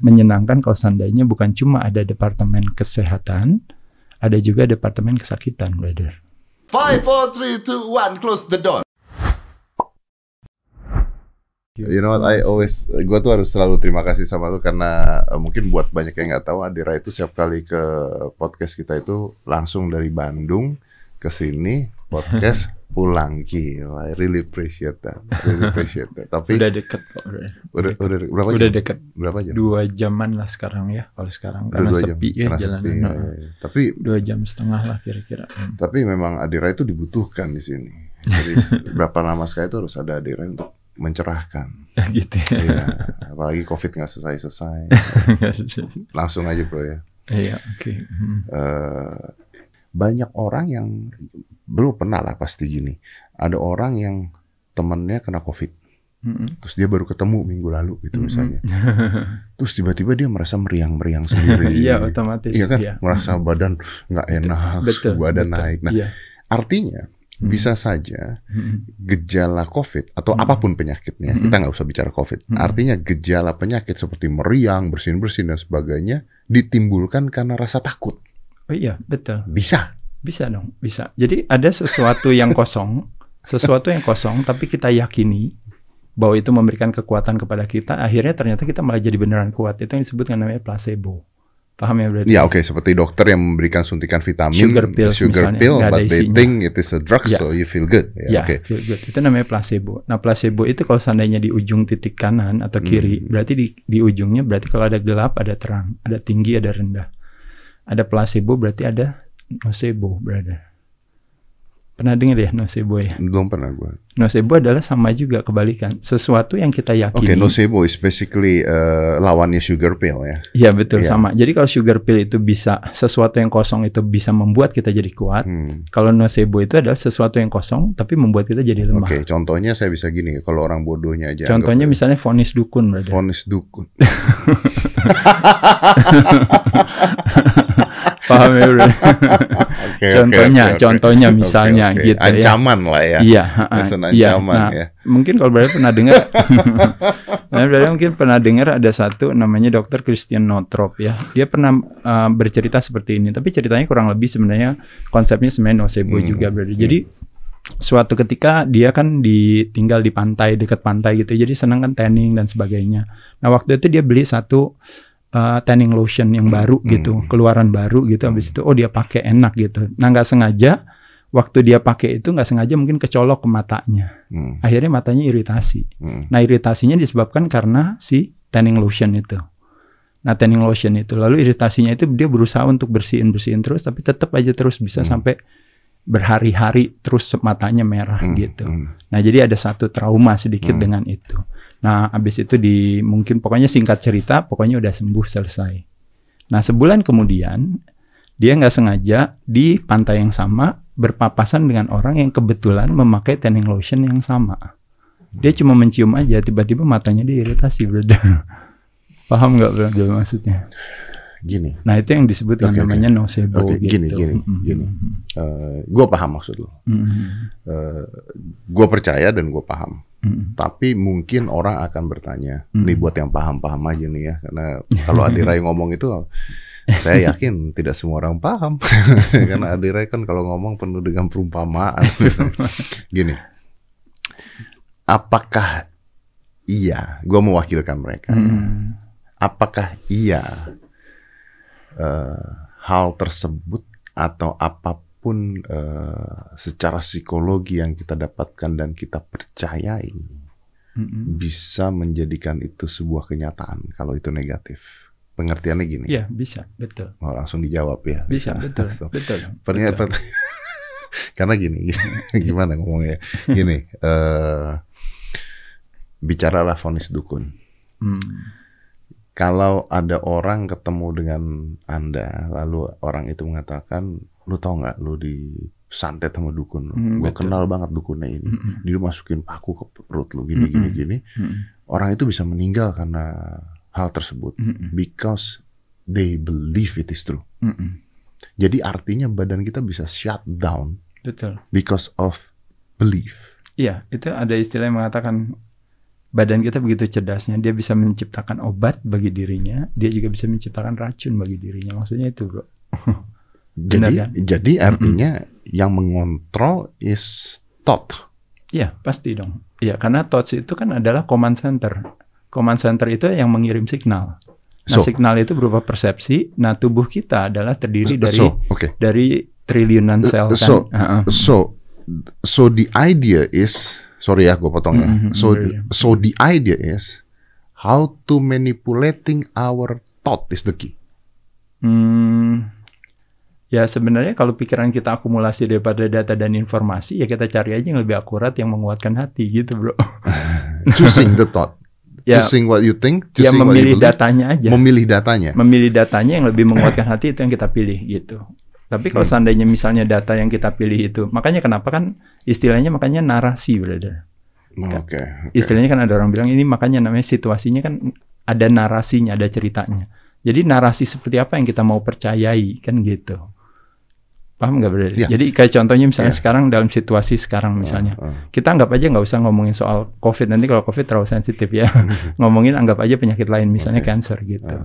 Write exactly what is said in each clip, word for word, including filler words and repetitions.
menyenangkan kalau seandainya bukan cuma ada departemen kesehatan, ada juga departemen kesakitan, brother. Five, four, three, two, one, close the door. You know what, I always, gue tuh harus selalu terima kasih sama lu karena uh, mungkin buat banyak yang nggak tahu, Adira itu setiap kali ke podcast kita itu langsung dari Bandung ke sini podcast pulang. Gila, I really appreciate that, really appreciate that. Tapi udah deket kok, udah, udah, udah berapa udah jam? deket, berapa jam? Dua jaman lah sekarang ya, kalau sekarang karena dua sepi jam. ya jalanan. Sepi, ya, ya. Tapi dua jam setengah lah kira-kira. Hmm. Tapi memang Adira itu dibutuhkan di sini. Jadi berapa lama sekali itu harus ada Adira untuk mencerahkan. Gitu ya. Iya, apalagi COVID nggak selesai-selesai. Langsung aja bro ya. Iya, oke. Okay. Hmm. Uh, banyak orang yang belum pernah lah pasti gini. Ada orang yang temennya kena COVID. Mm-hmm. Terus dia baru ketemu minggu lalu gitu mm-hmm. misalnya. Terus tiba-tiba dia merasa meriang-meriang sendiri. Iya, otomatis. Iya kan? Iya. Merasa mm-hmm. badan nggak enak, betul, badan betul. naik. Nah, iya. artinya mm-hmm. bisa saja gejala COVID atau mm-hmm. apapun penyakitnya, mm-hmm. kita nggak usah bicara COVID. Mm-hmm. Artinya gejala penyakit seperti meriang, bersin-bersin dan sebagainya ditimbulkan karena rasa takut. Oh iya, betul. Bisa. Bisa dong, bisa. Jadi ada sesuatu yang kosong, sesuatu yang kosong, tapi kita yakini bahwa itu memberikan kekuatan kepada kita. Akhirnya ternyata kita malah jadi beneran kuat. Itu yang disebut namanya placebo. Paham ya berarti? Ya oke, okay. Seperti dokter yang memberikan suntikan vitamin, sugar pill, sugar misalnya, pill, but they isinya. think it is a drug, ya. so you feel good. Ya, ya okay. feel good. Itu namanya placebo. Nah placebo itu kalau seandainya di ujung titik kanan atau kiri, hmm. berarti di, di ujungnya berarti kalau ada gelap ada terang, ada tinggi ada rendah. Ada placebo berarti ada nocebo, brother. Pernah dengar ya nocebo ya? Belum pernah gue. Nocebo adalah sama juga kebalikan. Sesuatu yang kita yakini. Oke, okay, nocebo is basically uh, lawannya sugar pill ya? Iya betul, yeah. sama. Jadi kalau sugar pill itu bisa, sesuatu yang kosong itu bisa membuat kita jadi kuat. Hmm. Kalau nocebo itu adalah sesuatu yang kosong tapi membuat kita jadi lemah. Oke, okay, contohnya saya bisa gini, kalau orang bodohnya aja. Contohnya misalnya vonis dukun, brother. Vonis dukun. Paham ya, bro? Okay, contohnya, okay, okay, contohnya okay. misalnya okay, okay. gitu ancaman ya. lah ya. Iya, ancaman iya. Nah, ya. Mungkin kalau berarti pernah dengar, nah, berarti mungkin pernah dengar ada satu namanya dokter Christian Northrup ya. Dia pernah uh, bercerita seperti ini, tapi ceritanya kurang lebih sebenarnya konsepnya sebenarnya nocebo hmm. juga berarti. Jadi suatu ketika dia kan di, tinggal di pantai, dekat pantai gitu, jadi senang kan tanning dan sebagainya. Nah waktu itu dia beli satu Uh, tanning lotion yang baru gitu, hmm. keluaran baru gitu, habis itu oh dia pakai enak gitu. Nah nggak sengaja waktu dia pakai itu nggak sengaja mungkin kecolok ke matanya, hmm. akhirnya matanya iritasi. Hmm. Nah iritasinya disebabkan karena si tanning lotion itu. Nah tanning lotion itu lalu iritasinya itu dia berusaha untuk bersihin bersihin terus, tapi tetap aja terus bisa hmm. sampai berhari-hari terus matanya merah hmm. gitu. Hmm. Nah jadi ada satu trauma sedikit hmm. dengan itu. Nah, habis itu di mungkin pokoknya singkat cerita, pokoknya udah sembuh selesai. Nah, sebulan kemudian dia nggak sengaja di pantai yang sama berpapasan dengan orang yang kebetulan memakai tanning lotion yang sama. Dia cuma mencium aja, tiba-tiba matanya dia iritasi, brother. Paham nggak, brother, maksudnya? Gini. Nah, itu yang disebut okay, namanya okay. nocebo okay, gitu. Gini, gini, mm-hmm. gini. Uh, gue paham maksud lo. Mm-hmm. Uh, gue percaya dan gue paham. Mm-hmm. Tapi mungkin orang akan bertanya, mm-hmm. nih buat yang paham-paham aja nih ya, karena kalau Adirai ngomong itu, saya yakin tidak semua orang paham, karena Adirai kan kalau ngomong penuh dengan perumpamaan. Gini, apakah iya, gue mewakilkan mereka, mm-hmm. apakah iya uh, hal tersebut atau apapun pun uh, secara psikologi yang kita dapatkan dan kita percayai mm-hmm. bisa menjadikan itu sebuah kenyataan kalau itu negatif. Pengertiannya gini. Iya, bisa, betul. Oh, langsung dijawab ya. Bisa, bisa. betul, so, betul. Ternyata karena gini, gimana ngomongnya? Gini, uh, bicaralah vonis dukun. Hmm. Kalau ada orang ketemu dengan Anda, lalu orang itu mengatakan, lu tau nggak, lu disantet sama dukun, hmm, gue kenal banget dukunnya ini, hmm. dia masukin paku ke perut lu, gini, hmm. gini, gini, hmm. orang itu bisa meninggal karena hal tersebut, hmm. because they believe it is true. Hmm. Jadi artinya badan kita bisa shut down, betul, because of belief. Iya, itu ada istilah yang mengatakan badan kita begitu cerdasnya, dia bisa menciptakan obat bagi dirinya, dia juga bisa menciptakan racun bagi dirinya. Maksudnya itu, bro. Jadi, kan? jadi artinya mm-hmm. yang mengontrol is thought. Iya, pasti dong. Iya, karena thoughts itu kan adalah command center. Command center itu yang mengirim signal. Nah, so, signal itu berupa persepsi. Nah, tubuh kita adalah terdiri dari so, okay. dari triliunan sel. So, kan? Uh-uh. so, so the idea is, sorry ya, gue potong ya. Mm-hmm, so, yeah. so the idea is how to manipulating our thought is the key. Hmm. Ya sebenarnya kalau pikiran kita akumulasi daripada data dan informasi, ya kita cari aja yang lebih akurat yang menguatkan hati gitu, bro. Choosing the thought, ya, choosing what you think, ya choosing memilih what you believe, datanya aja. Memilih datanya. Memilih datanya yang lebih menguatkan hati itu yang kita pilih gitu. Tapi kalau hmm. seandainya misalnya data yang kita pilih itu, makanya kenapa kan istilahnya makanya narasi, brother. Oke. Okay, okay. Istilahnya kan ada orang bilang ini makanya namanya situasinya kan ada narasinya, ada ceritanya. Jadi narasi seperti apa yang kita mau percayai kan gitu. Paham nggak berarti? Ya. Jadi kayak contohnya misalnya ya. Sekarang dalam situasi sekarang misalnya, uh, uh. kita anggap aja nggak usah ngomongin soal COVID, nanti kalau COVID terlalu sensitif ya, ngomongin anggap aja penyakit lain misalnya okay. cancer gitu. Uh.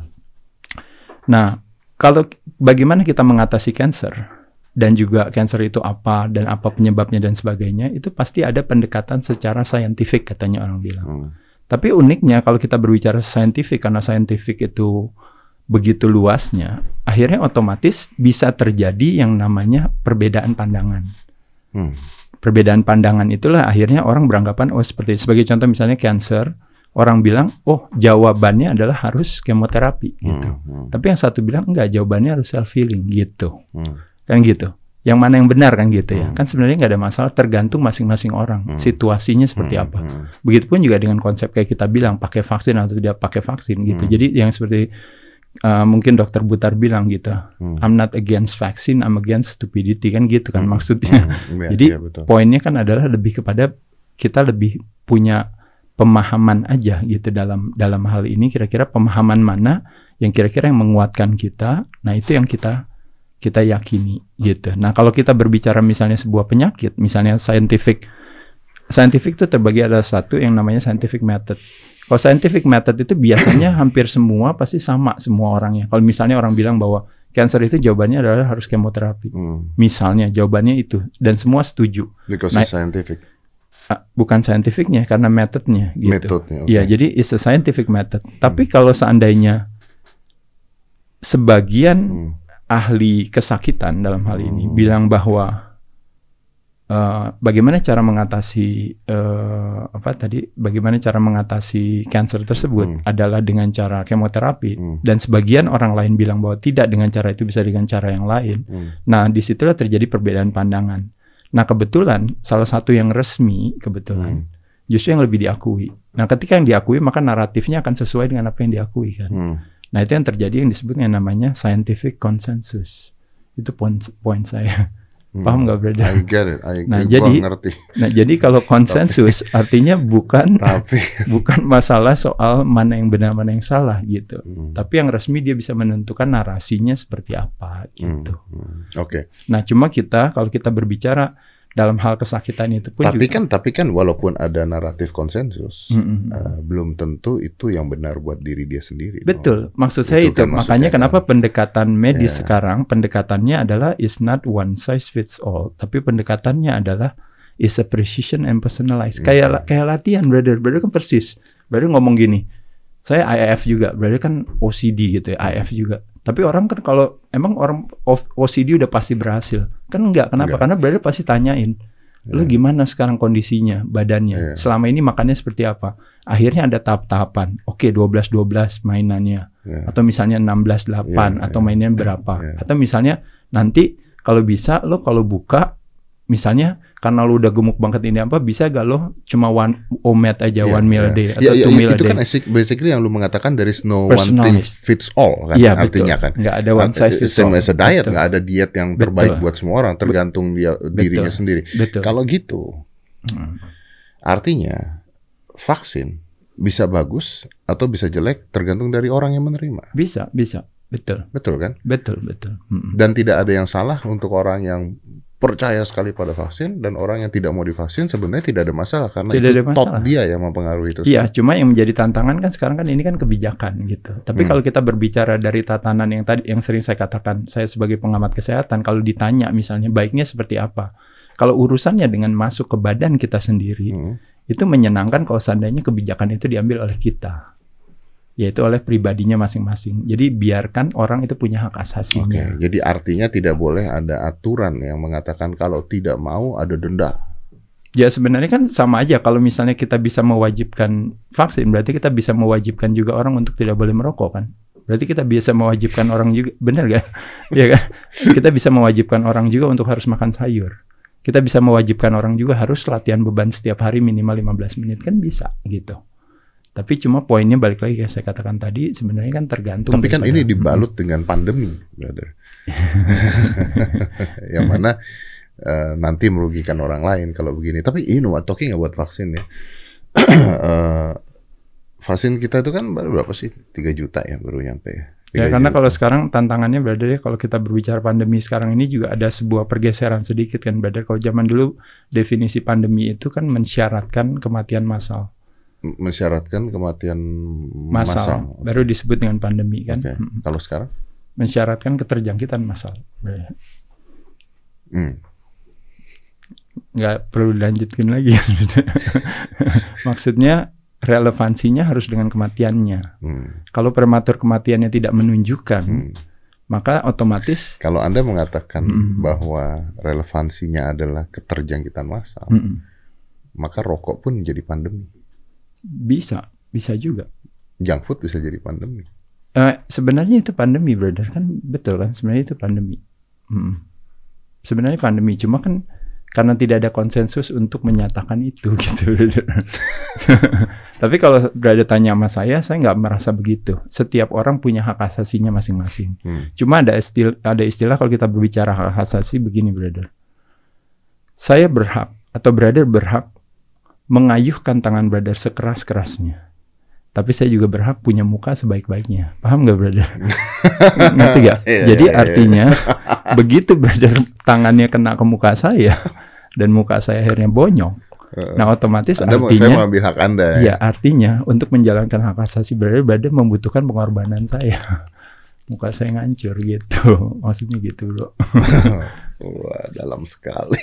Nah, kalau bagaimana kita mengatasi cancer dan juga cancer itu apa dan apa penyebabnya dan sebagainya, itu pasti ada pendekatan secara saintifik katanya orang bilang. Uh. Tapi uniknya kalau kita berbicara saintifik, karena saintifik itu begitu luasnya, akhirnya otomatis bisa terjadi yang namanya perbedaan pandangan. Hmm. Perbedaan pandangan itulah akhirnya orang beranggapan, oh seperti sebagai contoh misalnya cancer, orang bilang, oh jawabannya adalah harus kemoterapi gitu. Hmm. Hmm. Tapi yang satu bilang enggak, jawabannya harus self healing gitu. Hmm. Kan gitu. Yang mana yang benar kan gitu ya. Hmm. Kan sebenarnya nggak ada masalah, tergantung masing-masing orang. Hmm. Situasinya seperti hmm. apa. Hmm. Begitupun juga dengan konsep kayak kita bilang, pakai vaksin atau tidak pakai vaksin gitu. Hmm. Jadi yang seperti Uh, mungkin dokter Butar bilang gitu, hmm. I'm not against vaccine, I'm against stupidity kan gitu kan hmm. maksudnya. Hmm. Ya, Jadi ya, poinnya kan adalah lebih kepada kita lebih punya pemahaman aja gitu dalam dalam hal ini, kira-kira pemahaman mana yang kira-kira yang menguatkan kita. Nah itu yang kita kita yakini gitu. Nah kalau kita berbicara misalnya sebuah penyakit, misalnya scientific, scientific itu terbagi ada satu yang namanya scientific method. Kalau scientific method itu biasanya hampir semua pasti sama semua orangnya. Kalau misalnya orang bilang bahwa cancer itu jawabannya adalah harus kemoterapi. Hmm. Misalnya jawabannya itu. Dan semua setuju. Because nah, it's scientific. Bukan scientificnya, karena methodnya gitu. Methodnya, okay. Ya, jadi it's a scientific method. Hmm. Tapi kalau seandainya sebagian hmm. ahli kesakitan dalam hal ini hmm. bilang bahwa Uh, bagaimana cara mengatasi uh, apa tadi? Bagaimana cara mengatasi cancer tersebut hmm. adalah dengan cara kemoterapi, hmm. dan sebagian orang lain bilang bahwa tidak, dengan cara itu bisa dengan cara yang lain. Hmm. Nah, disitulah terjadi perbedaan pandangan. Nah, kebetulan salah satu yang resmi kebetulan hmm. justru yang lebih diakui. Nah, ketika yang diakui maka naratifnya akan sesuai dengan apa yang diakui kan. Hmm. Nah, itu yang terjadi yang disebut yang namanya scientific consensus. Itu poin poin saya. Paham nggak, brother? I get it. I, nah, jadi, ngerti. Nah, jadi kalau konsensus artinya bukan tapi. bukan masalah soal mana yang benar mana yang salah gitu. Hmm. Tapi yang resmi dia bisa menentukan narasinya seperti apa gitu. Hmm. Hmm. Oke. Okay. Nah, cuma kita kalau kita berbicara dalam hal kesakitan itu pun tapi juga, kan tapi kan walaupun ada naratif konsensus, mm-hmm. uh, belum tentu itu yang benar buat diri dia sendiri. Betul, dong. Maksud saya itu, itu kan makanya kenapa kan pendekatan medis yeah. sekarang pendekatannya adalah is not one size fits all, tapi pendekatannya adalah is a precision and personalized. Mm-hmm. Kayak kayak latihan, brother, brother kan persis, brother ngomong gini, saya I F juga, brother kan O C D gitu ya, I F juga. Tapi orang kan kalau emang orang O C D udah pasti berhasil. Kan enggak, kenapa? Enggak. Karena brother pasti tanyain, lu gimana sekarang kondisinya, badannya, yeah. selama ini makannya seperti apa. Akhirnya ada tahap-tahapan, oke dua belas dua belas mainannya, yeah. atau misalnya enam belas delapan, yeah, atau yeah. mainnya berapa. Yeah. Atau misalnya nanti kalau bisa lo kalau buka, misalnya karena lu udah gemuk banget ini apa, bisa gak lo cuma one omet aja, yeah, one meal yeah. a day atau yeah, two yeah, meal itu a day. Itu kan basically yang lu mengatakan there is no one thing fits all kan, yeah, artinya betul. Kan. Nggak ada one size fits all. Same as a diet, nggak ada diet yang terbaik betul. Buat semua orang, tergantung dia dirinya betul. Sendiri. Betul. Kalau gitu, hmm. artinya vaksin bisa bagus atau bisa jelek tergantung dari orang yang menerima. Bisa, bisa. Betul. Betul kan? Betul, betul. Hmm. Dan tidak ada yang salah untuk orang yang percaya sekali pada vaksin dan orang yang tidak mau divaksin sebenarnya tidak ada masalah karena tidak itu ada masalah. thought dia yang mempengaruhi itu. Iya, cuma yang menjadi tantangan kan sekarang kan ini kan kebijakan gitu. Tapi hmm. kalau kita berbicara dari tatanan yang tadi yang sering saya katakan, saya sebagai pengamat kesehatan kalau ditanya misalnya baiknya seperti apa? Kalau urusannya dengan masuk ke badan kita sendiri, hmm. itu menyenangkan kalau seandainya kebijakan itu diambil oleh kita. Yaitu oleh pribadinya masing-masing. Jadi biarkan orang itu punya hak asasinya. Oke, jadi artinya tidak boleh ada aturan yang mengatakan kalau tidak mau ada denda. Ya sebenarnya kan sama aja kalau misalnya kita bisa mewajibkan vaksin, berarti kita bisa mewajibkan juga orang untuk tidak boleh merokok kan? Berarti kita bisa mewajibkan orang juga, benar kan? Ya kan? Kita bisa mewajibkan orang juga untuk harus makan sayur. Kita bisa mewajibkan orang juga harus latihan beban setiap hari minimal lima belas menit kan bisa gitu. Tapi cuma poinnya balik lagi kayak saya katakan tadi, sebenarnya kan tergantung. Tapi kan ini dibalut hmm. dengan pandemi, brother. Yang mana uh, nanti merugikan orang lain kalau begini. Tapi you know what, talking about vaksin ya. uh, vaksin kita itu kan baru berapa sih? tiga juta ya baru nyampe ya. Ya karena juta. Kalau sekarang tantangannya brother ya, kalau kita berbicara pandemi sekarang ini juga ada sebuah pergeseran sedikit kan brother. Kalau zaman dulu definisi pandemi itu kan mensyaratkan kematian massal. Mensyaratkan kematian massal, massal. Baru disebut dengan pandemi kan. Okay. Hmm. Kalau sekarang? Mensyaratkan keterjangkitan massal. Hmm. Nggak perlu dilanjutkan lagi. Maksudnya relevansinya harus dengan kematiannya. Hmm. Kalau prematur kematiannya tidak menunjukkan, hmm. maka otomatis. Kalau Anda mengatakan hmm. bahwa relevansinya adalah keterjangkitan massal, hmm. maka rokok pun menjadi pandemi. Bisa, bisa juga. Junk food bisa jadi pandemi. Uh, sebenarnya itu pandemi, brother, kan betul kan? Sebenarnya itu pandemi. Hmm. Sebenarnya pandemi, cuma kan karena tidak ada konsensus untuk menyatakan itu, gitu, brother. Tapi kalau brother tanya sama saya, saya nggak merasa begitu. Setiap orang punya hak asasinya masing-masing. Hmm. Cuma ada istilah, ada istilah kalau kita berbicara hak asasi begini, brother. Saya berhak atau brother berhak mengayuhkan tangan brother sekeras-kerasnya. Tapi saya juga berhak punya muka sebaik-baiknya. Paham nggak, brother? Ngerti nggak? Jadi artinya, begitu brother tangannya kena ke muka saya, dan muka saya akhirnya bonyok, nah otomatis Anda artinya, saya mengambil hak Anda. Ya, artinya untuk menjalankan hak asasi brother, brother membutuhkan pengorbanan saya. Muka saya ngancur gitu. Maksudnya gitu, bro. Wah, dalam sekali.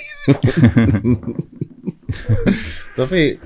Tapi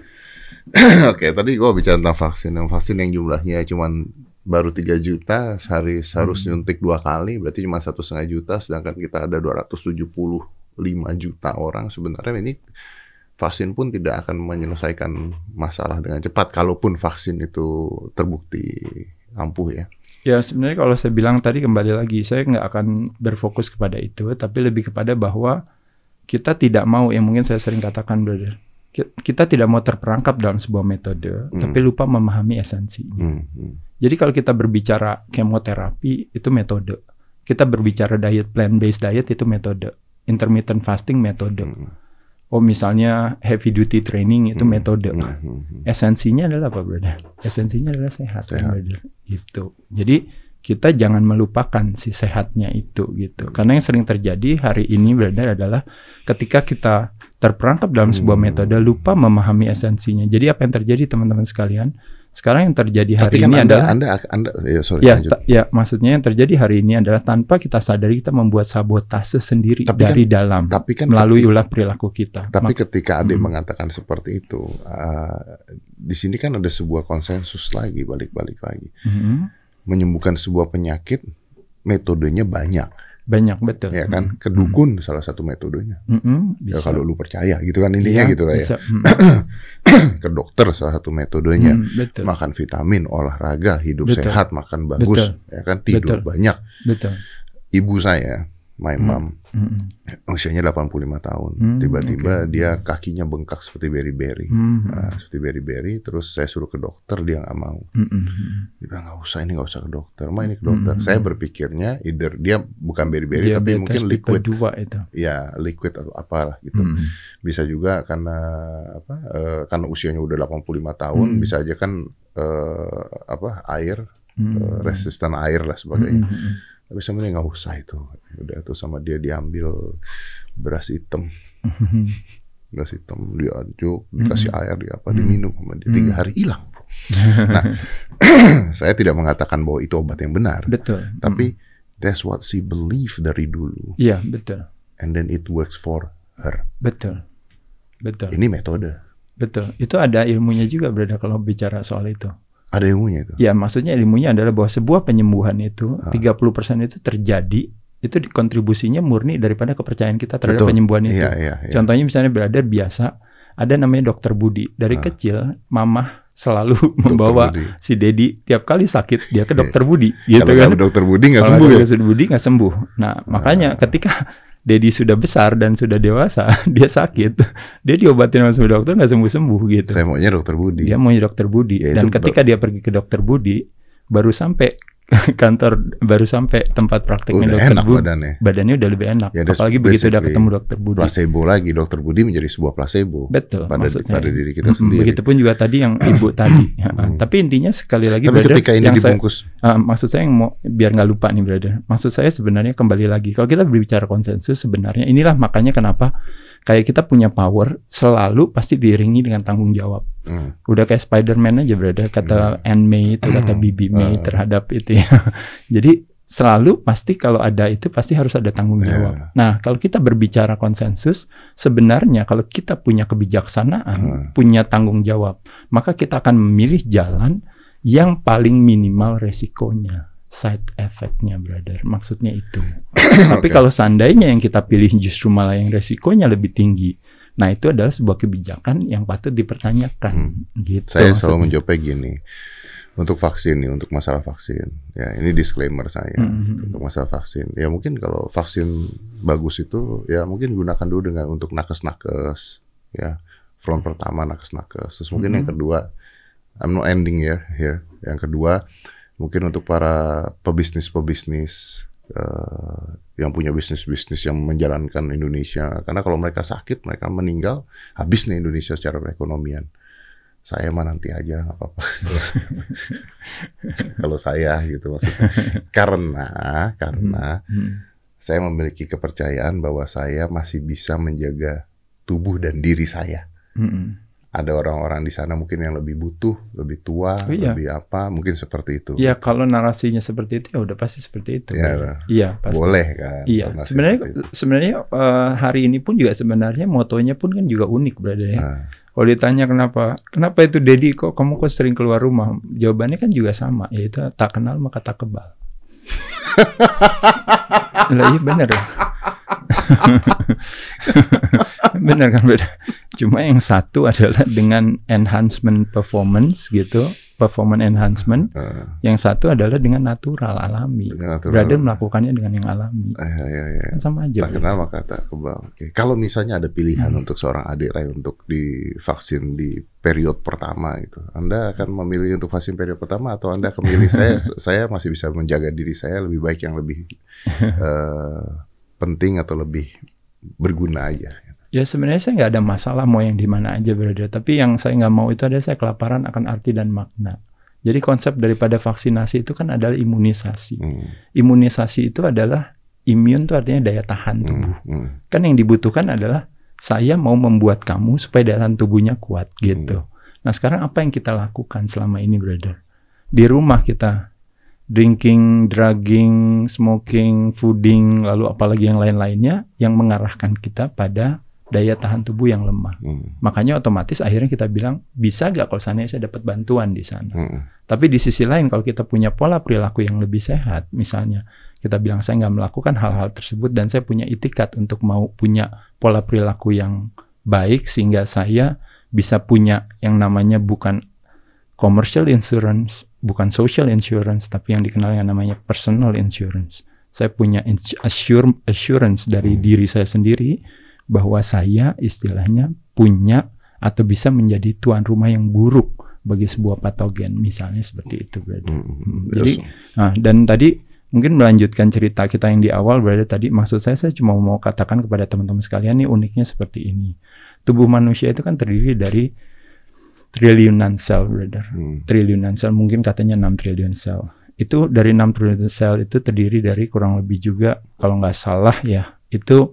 oke, okay, tadi gue bicara tentang vaksin. Yang vaksin yang jumlahnya cuma baru tiga juta, sehari harus hmm. nyuntik dua kali, berarti cuma satu setengah juta. Sedangkan kita ada dua ratus tujuh puluh lima juta orang. Sebenarnya ini vaksin pun tidak akan menyelesaikan masalah dengan cepat, kalaupun vaksin itu terbukti ampuh ya. Ya sebenarnya kalau saya bilang tadi kembali lagi, saya nggak akan berfokus kepada itu, tapi lebih kepada bahwa kita tidak mau, yang mungkin saya sering katakan, brother, kita tidak mau terperangkap dalam sebuah metode, hmm. tapi lupa memahami esensinya. Hmm. Hmm. Jadi kalau kita berbicara kemoterapi, itu metode. Kita berbicara diet, plant-based diet, itu metode. Intermittent fasting, metode. Hmm. Oh misalnya heavy duty training, itu hmm. metode. Hmm. Hmm. Esensinya adalah apa, brother? Esensinya adalah sehat, sehat. brother. Gitu. Jadi kita jangan melupakan si sehatnya itu gitu. Karena yang sering terjadi hari ini brother adalah ketika kita terperangkap dalam sebuah metode, lupa memahami esensinya. Jadi apa yang terjadi teman-teman sekalian? Sekarang yang terjadi hari Tapi kan ini anda, adalah anda, anda, ya, sorry, ya, ta, ya maksudnya yang terjadi hari ini adalah tanpa kita sadari kita membuat sabotase sendiri tapi dari kan, dalam tapi kan melalui ketika, ulah perilaku kita. Tapi Mak ketika Ade hmm. mengatakan seperti itu, uh, di sini kan ada sebuah konsensus lagi, balik-balik lagi. Hmm. Menyembuhkan sebuah penyakit, metodenya banyak. Banyak, betul. Ya kan, kedukun hmm. salah satu metodenya. Hmm, ya kalau lu percaya, gitu kan intinya ya, gitu lah ya. Hmm. Ke dokter salah satu metodenya. Hmm, makan vitamin, olahraga, hidup betul. sehat, makan bagus, betul. ya kan, tidur betul. banyak. Betul. Ibu saya, my mom, hmm. usianya delapan puluh lima tahun. Tiba-tiba hmm, okay. dia kakinya bengkak seperti beri-beri. Hmm. Nah, seperti beri-beri, terus saya suruh ke dokter, dia nggak mau. Hmm. Dia bilang, nggak usah, ini nggak usah ke dokter. Ma ini ke dokter. Hmm. Saya berpikirnya, either dia bukan beri-beri, tapi mungkin liquid. Dua itu. Ya, liquid atau apalah gitu. Hmm. Bisa juga karena apa? Uh, karena usianya udah delapan puluh lima tahun, hmm. bisa aja kan uh, apa? Air, hmm. uh, resisten air lah sebagainya. Hmm. Tapi sebenarnya nggak usah itu. Udah tuh sama dia diambil beras hitam. Beras hitam diaduk, dikasih air, di apa, diminum sama dia. Tiga hari hilang. Nah, saya tidak mengatakan bahwa itu obat yang benar. Betul. Tapi that's what she believe dari dulu. Iya, betul. And then it works for her. Betul. Betul. Ini metode. Betul. Itu ada ilmunya juga, brother, kalau bicara soal itu. Ada ilmunya itu? Ya, maksudnya ilmunya adalah bahwa sebuah penyembuhan itu, ah. tiga puluh persen itu terjadi, itu kontribusinya murni daripada kepercayaan kita terhadap Betul. penyembuhan itu. Iya, iya, iya. Contohnya misalnya brother biasa, ada namanya dokter Budi. Dari ah. kecil, mamah selalu dokter membawa Budi. Si Dedi tiap kali sakit, dia ke dokter Budi. Gitu Kalau kan? dokter Budi nggak sembuh ya? Dokter Budi nggak sembuh. Nah, ah. makanya ketika Dedi sudah besar dan sudah dewasa, dia sakit, dia diobatin sama dokter nggak sembuh-sembuh gitu. Saya maunya dokter Budi. Dia maunya dokter Budi. Ya, dan ketika dia pergi ke dokter Budi, baru sampai kantor, baru sampai tempat prakteknya udah dokter enak Budi, badannya. badannya udah lebih enak. Ya, apalagi begitu udah ketemu dokter Budi. Placebo lagi, dokter Budi menjadi sebuah placebo. Betul. Pada, pada diri kita sendiri. Begitupun juga tadi yang ibu tadi. Ya, hmm. Tapi intinya sekali lagi, tapi brother, ketika ini yang dibungkus, saya, uh, maksud saya yang mau biar nggak lupa nih, brother. Maksud saya sebenarnya kembali lagi, kalau kita berbicara konsensus, sebenarnya inilah makanya kenapa kayak kita punya power selalu pasti diiringi dengan tanggung jawab. Hmm. Udah kayak Spider-Man aja, brother. Kata hmm. Aunt May itu, kata Bibi May hmm. terhadap itu ya. Jadi selalu pasti kalau ada itu pasti harus ada tanggung jawab. Yeah. Nah, kalau kita berbicara konsensus, sebenarnya kalau kita punya kebijaksanaan, hmm. punya tanggung jawab, maka kita akan memilih jalan yang paling minimal resikonya. Side effect-nya, brother. Maksudnya itu. Tapi okay. kalau seandainya yang kita pilih justru malah yang resikonya lebih tinggi, nah itu adalah sebuah kebijakan yang patut dipertanyakan. Hmm. Gitu. Saya maksudnya. Selalu menjawabnya gini, untuk vaksin nih, untuk masalah vaksin, ya ini disclaimer saya hmm. untuk masalah vaksin. Ya mungkin kalau vaksin bagus itu, ya mungkin gunakan dulu dengan untuk nakes-nakes, ya front pertama nakes-nakes. Terus mungkin hmm. yang kedua, I'm not ending here, here. Yang kedua, mungkin untuk para pebisnis-pebisnis uh, yang punya bisnis-bisnis yang menjalankan Indonesia. Karena kalau mereka sakit, mereka meninggal, habis nih Indonesia secara perekonomian. Saya mah nanti aja, nggak apa-apa. Kalau saya gitu maksudnya. Karena, karena hmm. saya memiliki kepercayaan bahwa saya masih bisa menjaga tubuh dan diri saya. Hmm. Ada orang-orang di sana mungkin yang lebih butuh, lebih tua, oh, iya. lebih apa, mungkin seperti itu. Iya, kalau narasinya seperti itu ya udah pasti seperti itu. Ya, iya, pasti. Boleh kan. Iya. Sebenarnya sebenarnya uh, hari ini pun juga sebenarnya motonya pun kan juga unik, brother ya. Nah. Kalau ditanya kenapa, kenapa itu Dedi kok kamu kok sering keluar rumah? Jawabannya kan juga sama, yaitu tak kenal maka tak kebal. Lah iya benar lah. Benar kan, beda. Cuma yang satu adalah dengan enhancement performance gitu, performance enhancement. Uh, yang satu adalah dengan natural, alami. Natural. Brother melakukannya dengan yang alami. Uh, ya, ya, ya. Kan sama aja. Tak kenal maka tak kebal. Okay. Kalau misalnya ada pilihan hmm. untuk seorang adik Ray untuk divaksin di periode pertama itu, Anda akan memilih untuk vaksin periode pertama atau Anda akan memilih saya? Saya masih bisa menjaga diri saya lebih baik yang lebih uh, penting atau lebih berguna aja. Ya sebenarnya saya nggak ada masalah mau yang di mana aja, brother. Tapi yang saya nggak mau itu adalah saya kelaparan akan arti dan makna. Jadi konsep daripada vaksinasi itu kan adalah imunisasi. Hmm. Imunisasi itu adalah imun itu artinya daya tahan tubuh. Hmm. Hmm. Kan yang dibutuhkan adalah saya mau membuat kamu supaya daya tahan tubuhnya kuat gitu. Hmm. Nah sekarang apa yang kita lakukan selama ini, brother? Di rumah kita drinking, drugging, smoking, fooding, lalu apalagi yang lain-lainnya yang mengarahkan kita pada daya tahan tubuh yang lemah. Hmm. Makanya otomatis akhirnya kita bilang, bisa gak kalau seandainya saya dapat bantuan di sana. Hmm. Tapi di sisi lain kalau kita punya pola perilaku yang lebih sehat, misalnya kita bilang saya nggak melakukan hal-hal tersebut dan saya punya itikat untuk mau punya pola perilaku yang baik sehingga saya bisa punya yang namanya bukan commercial insurance, bukan social insurance, tapi yang dikenal yang namanya personal insurance. Saya punya assure, assurance dari hmm. diri saya sendiri bahwa saya istilahnya punya atau bisa menjadi tuan rumah yang buruk bagi sebuah patogen, misalnya seperti itu, brother. Hmm. Jadi, yes. nah, dan tadi mungkin melanjutkan cerita kita yang di awal, brother, tadi maksud saya saya cuma mau katakan kepada teman-teman sekalian nih uniknya seperti ini. Tubuh manusia itu kan terdiri dari triliunan sel, brother. Hmm. Triliunan sel, mungkin katanya enam triliun sel. itu dari enam triliun sel itu terdiri dari kurang lebih juga kalau nggak salah ya itu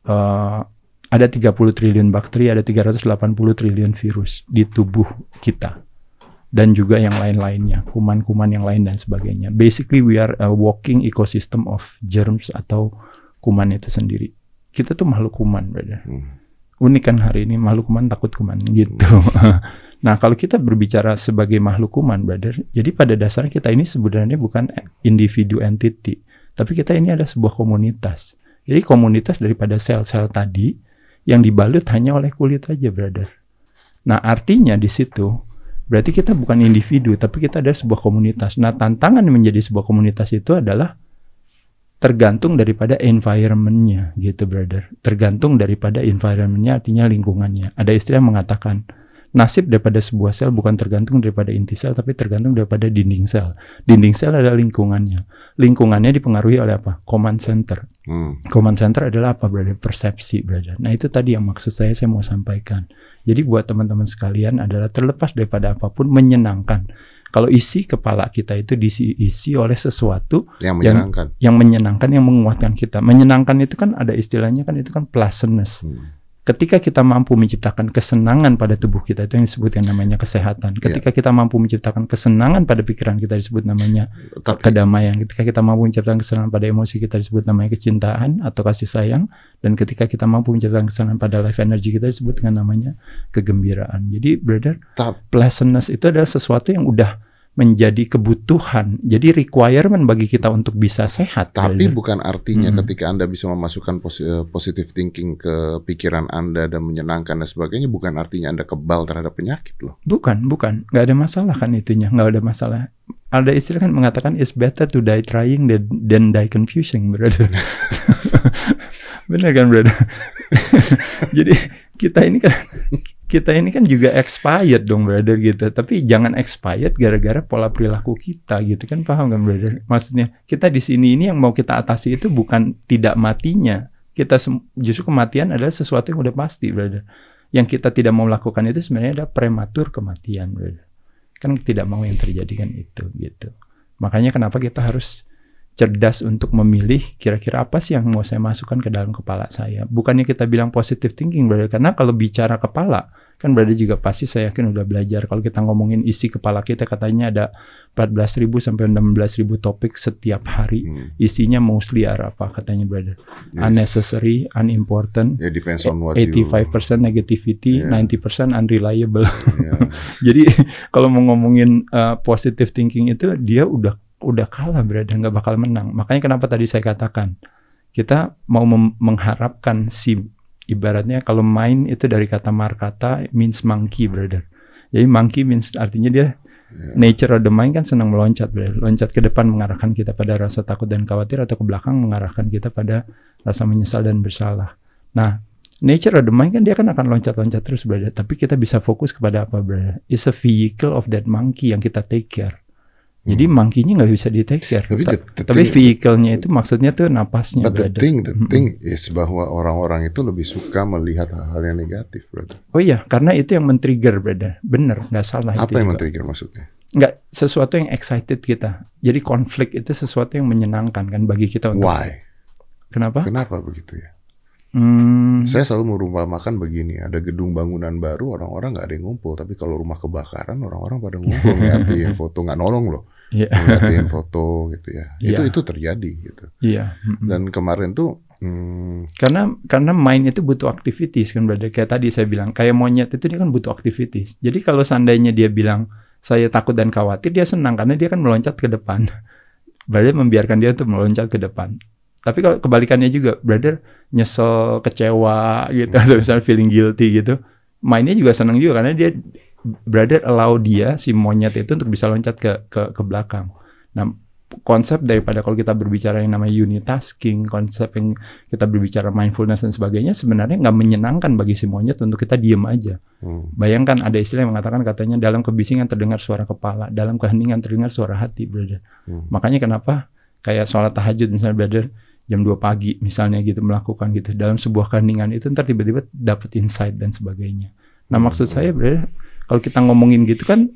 uh, ada tiga puluh triliun bakteri, ada tiga ratus delapan puluh triliun virus di tubuh kita. Dan juga yang lain-lainnya, kuman-kuman yang lain dan sebagainya. Basically we are a walking ecosystem of germs atau kuman itu sendiri. Kita tuh makhluk kuman, brother. Hmm. Unik kan hari ini, makhluk kuman takut kuman gitu. Hmm. Nah kalau kita berbicara sebagai makhluk kuman, brother, jadi pada dasarnya kita ini sebenarnya bukan individu entity, tapi kita ini ada sebuah komunitas. Jadi komunitas daripada sel-sel tadi yang dibalut hanya oleh kulit aja, brother. Nah artinya di situ berarti kita bukan individu, tapi kita ada sebuah komunitas. Nah, tantangan menjadi sebuah komunitas itu adalah tergantung daripada environment-nya, gitu, brother. Tergantung daripada environment-nya, artinya lingkungannya. Ada istilah yang mengatakan, nasib daripada sebuah sel bukan tergantung daripada inti sel, tapi tergantung daripada dinding sel. Dinding sel adalah lingkungannya. Lingkungannya dipengaruhi oleh apa? Command center. Hmm. Command center adalah apa, brother? Persepsi, brother. Nah, itu tadi yang maksud saya, saya mau sampaikan. Jadi buat teman-teman sekalian adalah terlepas daripada apapun menyenangkan. Kalau isi kepala kita itu diisi oleh sesuatu yang menyenangkan, yang, yang menyenangkan, yang menguatkan kita. Menyenangkan itu kan ada istilahnya kan itu kan pleasantness. Hmm. Ketika kita mampu menciptakan kesenangan pada tubuh kita, itu yang disebutkan namanya kesehatan. Ketika yeah. kita mampu menciptakan kesenangan pada pikiran kita, disebut namanya Tapi, kedamaian. Ketika kita mampu menciptakan kesenangan pada emosi kita, disebut namanya kecintaan atau kasih sayang. Dan ketika kita mampu menciptakan kesenangan pada life energy kita, disebut dengan namanya kegembiraan. Jadi, brother, pleasantness itu adalah sesuatu yang udah menjadi kebutuhan, jadi requirement bagi kita untuk bisa sehat. Tapi brother. Bukan artinya hmm. ketika Anda bisa memasukkan positive thinking ke pikiran Anda dan menyenangkan dan sebagainya, bukan artinya Anda kebal terhadap penyakit loh. Bukan, bukan, nggak ada masalah kan itunya, nggak ada masalah. Ada istilah kan mengatakan it's better to die trying than die confusing, brother. Bener kan, brother? Jadi kita ini kan kita ini kan juga expired dong, brother, gitu. Tapi jangan expired gara-gara pola perilaku kita, gitu kan, paham kan, brother? Maksudnya kita di sini ini yang mau kita atasi itu bukan tidak matinya. Kita justru kematian adalah sesuatu yang udah pasti, brother. Yang kita tidak mau lakukan itu sebenarnya ada prematur kematian, brother. Kan tidak mau yang terjadi kan itu, gitu. Makanya kenapa kita harus cerdas untuk memilih kira-kira apa sih yang mau saya masukkan ke dalam kepala saya. Bukannya kita bilang positive thinking, brother. Karena kalau bicara kepala, kan brother juga pasti saya yakin udah belajar. Kalau kita ngomongin isi kepala kita, katanya ada empat belas ribu sampai enam belas ribu topik setiap hari. Hmm. Isinya mostly are apa katanya, brother? Yes. Unnecessary, unimportant, yeah, depends on what eighty-five percent you... negativity, yeah. ninety percent unreliable. Yeah. Jadi kalau mau ngomongin uh, positive thinking itu, dia udah udah kalah, brother, nggak bakal menang. Makanya kenapa tadi saya katakan kita mau mengharapkan si ibaratnya kalau main itu dari kata markata means monkey, brother. Jadi monkey means artinya dia yeah. nature of the mind kan senang meloncat, brother. Loncat ke depan mengarahkan kita pada rasa takut dan khawatir, atau ke belakang mengarahkan kita pada rasa menyesal dan bersalah. Nah, nature of the mind kan dia kan akan loncat-loncat terus, brother. Tapi kita bisa fokus kepada apa, brother? It's a vehicle of that monkey yang kita take care. Jadi hmm. monkey-nya nggak bisa di take care. Tapi, the, the tapi vehicle-nya itu maksudnya tuh napasnya. But the thing, the thing is bahwa orang-orang itu lebih suka melihat hal-hal yang negatif, brother. Oh iya, karena itu yang men-trigger, brother. Bener, nggak salah. Apa itu yang juga. Men-trigger maksudnya? Nggak, sesuatu yang excited kita. Jadi konflik itu sesuatu yang menyenangkan kan bagi kita. Untuk Why? Kenapa? Kenapa begitu ya? Hmm. Saya selalu merumpamakan begini, ada gedung bangunan baru, orang-orang nggak ada yang ngumpul, tapi kalau rumah kebakaran, orang-orang pada ngumpul ngeliatin foto, nggak nolong loh, yeah. ngeliatin foto gitu ya, yeah. itu itu terjadi gitu. Yeah. Mm-hmm. Dan kemarin tuh, hmm, karena karena mind itu butuh activities kan, brother. Kayak tadi saya bilang, kayak monyet itu dia kan butuh activities. Jadi kalau seandainya dia bilang saya takut dan khawatir, dia senang karena dia kan meloncat ke depan. Berarti membiarkan dia untuk meloncat ke depan. Tapi kalau kebalikannya juga, brother, nyesel, kecewa gitu, atau misalnya feeling guilty gitu, mainnya juga senang juga karena dia, brother, allow dia si monyet itu untuk bisa loncat ke ke ke belakang. Nah, konsep daripada kalau kita berbicara yang namanya unitasking, konsep yang kita berbicara mindfulness dan sebagainya, sebenarnya nggak menyenangkan bagi si monyet untuk kita diem aja. Hmm. Bayangkan ada istilah yang mengatakan katanya dalam kebisingan terdengar suara kepala, dalam keheningan terdengar suara hati, brother. Hmm. Makanya kenapa kayak sholat tahajud misalnya, brother, jam dua pagi misalnya gitu melakukan gitu dalam sebuah keheningan itu ntar tiba-tiba dapat insight dan sebagainya. Nah, maksud saya, brother, kalau kita ngomongin gitu kan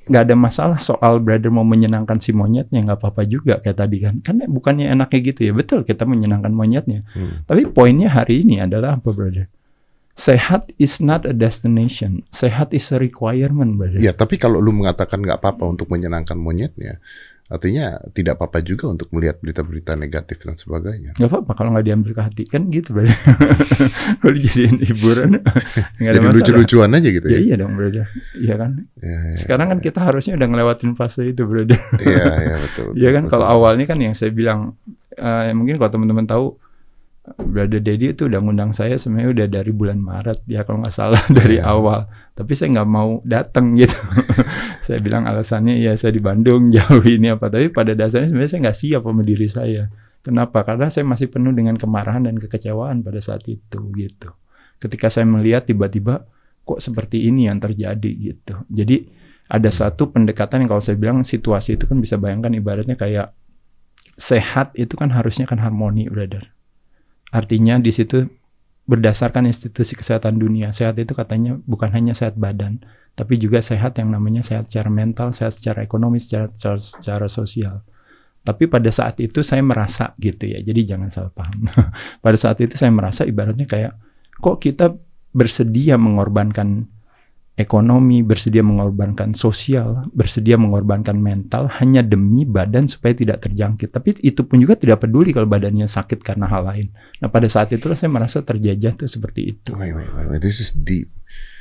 nggak ada masalah soal brother mau menyenangkan si monyetnya, nggak apa-apa juga kayak tadi kan. Kan bukannya enaknya gitu ya, betul kita menyenangkan monyetnya. Hmm. Tapi poinnya hari ini adalah apa brother? Sehat is not a destination, sehat is a requirement brother. Ya tapi kalau lu mengatakan nggak apa-apa untuk menyenangkan monyetnya, artinya tidak apa-apa juga untuk melihat berita-berita negatif dan sebagainya. Gak apa-apa kalau nggak diambil ke hati kan gitu brother. Kalau dijadiin hiburan nggak ada jadi masalah. Lucu-lucuan aja gitu ya? Ya iya dong brother. Iya kan. Ya, ya, Sekarang kan ya. Kita harusnya udah ngelewatin fase itu brother. Iya iya betul. Iya kan kalau awalnya kan yang saya bilang uh, mungkin kalau teman-teman tahu. Brother Dedi itu udah ngundang saya sebenarnya udah dari bulan Maret ya kalau nggak salah dari yeah. awal. Tapi saya nggak mau datang gitu. Saya bilang alasannya ya saya di Bandung jauh ini apa. Tapi pada dasarnya sebenarnya saya nggak siap sama diri saya. Kenapa? Karena saya masih penuh dengan kemarahan dan kekecewaan pada saat itu gitu. Ketika saya melihat tiba-tiba kok seperti ini yang terjadi gitu. Jadi ada satu pendekatan yang kalau saya bilang situasi itu kan bisa bayangkan ibaratnya kayak sehat itu kan harusnya kan harmoni brother. Artinya di situ berdasarkan institusi kesehatan dunia, sehat itu katanya bukan hanya sehat badan, tapi juga sehat yang namanya sehat secara mental, sehat secara ekonomi, secara, secara, secara sosial. Tapi pada saat itu saya merasa gitu ya, jadi jangan salah paham. Pada saat itu saya merasa ibaratnya kayak, kok kita bersedia mengorbankan ekonomi, bersedia mengorbankan sosial, bersedia mengorbankan mental hanya demi badan supaya tidak terjangkit. Tapi itu pun juga tidak peduli kalau badannya sakit karena hal lain. Nah pada saat itulah saya merasa terjajah tuh seperti itu. Wait, wait, wait. This is deep.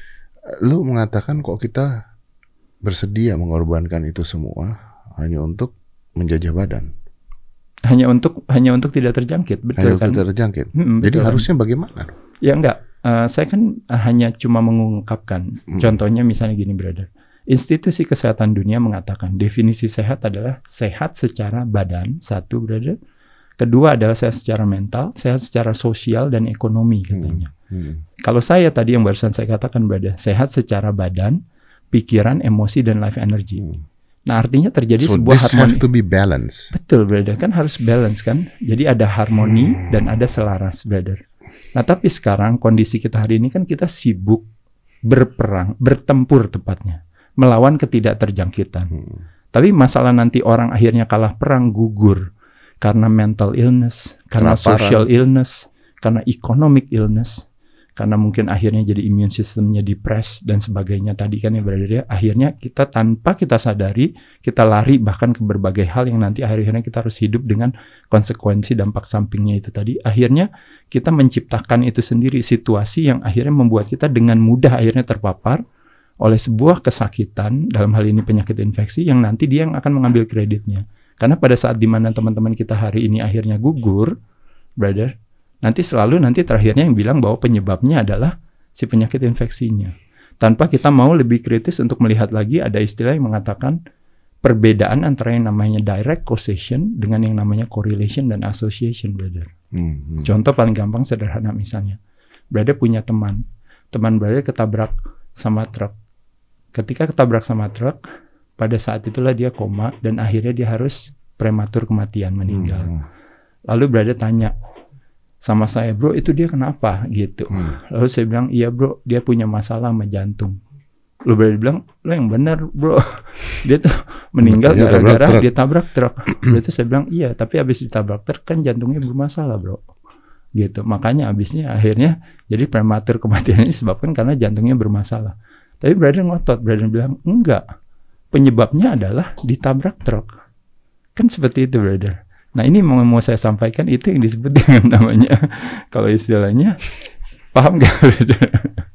Lu mengatakan kok kita bersedia mengorbankan itu semua hanya untuk menjajah badan? Hanya untuk hanya untuk tidak terjangkit, betul hanya kan? Tidak terjangkit. Hmm, Jadi betul, harusnya kan? Bagaimana? Ya enggak. Uh, saya kan uh, hanya cuma mengungkapkan, hmm. contohnya misalnya gini brother, institusi kesehatan dunia mengatakan definisi sehat adalah sehat secara badan, satu brother, kedua adalah sehat secara mental, sehat secara sosial dan ekonomi katanya. Hmm. Hmm. Kalau saya tadi yang barusan saya katakan brother, sehat secara badan, pikiran, emosi dan life energy. Hmm. Nah artinya terjadi so sebuah harmoni. Have to be balance. Betul brother, kan harus balance kan, jadi ada harmoni hmm. dan ada selaras brother. Nah tapi sekarang kondisi kita hari ini kan kita sibuk berperang, bertempur tepatnya, melawan ketidakterjangkitan. Hmm. Tapi masalah nanti orang akhirnya kalah perang, gugur karena mental illness, karena Kelaparan. social illness, karena economic illness, karena mungkin akhirnya jadi immune systemnya depres dan sebagainya tadi kan ya berada ya. Akhirnya kita tanpa kita sadari kita lari bahkan ke berbagai hal yang nanti akhirnya kita harus hidup dengan konsekuensi dampak sampingnya itu tadi. Akhirnya kita menciptakan itu sendiri situasi yang akhirnya membuat kita dengan mudah akhirnya terpapar oleh sebuah kesakitan, dalam hal ini penyakit infeksi yang nanti dia yang akan mengambil kreditnya. Karena pada saat dimana teman-teman kita hari ini akhirnya gugur, brother, nanti selalu nanti terakhirnya yang bilang bahwa penyebabnya adalah si penyakit infeksinya. Tanpa kita mau lebih kritis untuk melihat lagi ada istilah yang mengatakan perbedaan antara yang namanya direct causation dengan yang namanya correlation dan association, brother. Hmm, hmm. Contoh paling gampang sederhana misalnya. Brother punya teman. Teman brother ketabrak sama truk. Ketika ketabrak sama truk, pada saat itulah dia koma dan akhirnya dia harus prematur kematian, meninggal. Hmm. Lalu brother tanya sama saya, bro itu dia kenapa gitu. Hmm. Lalu saya bilang, iya bro, dia punya masalah sama jantung. Lalu brother bilang, lo yang benar bro, dia tuh meninggal gara-gara dia tabrak truk. Lalu itu saya bilang, iya tapi abis ditabrak truk kan jantungnya bermasalah bro. Gitu, makanya abisnya akhirnya jadi prematur kematian ini disebabkan karena jantungnya bermasalah. Tapi brother ngotot, brother bilang, enggak, penyebabnya adalah ditabrak truk. Kan seperti itu brother. Nah ini mau, mau saya sampaikan itu yang disebut dengan namanya, kalau istilahnya, paham gak brother?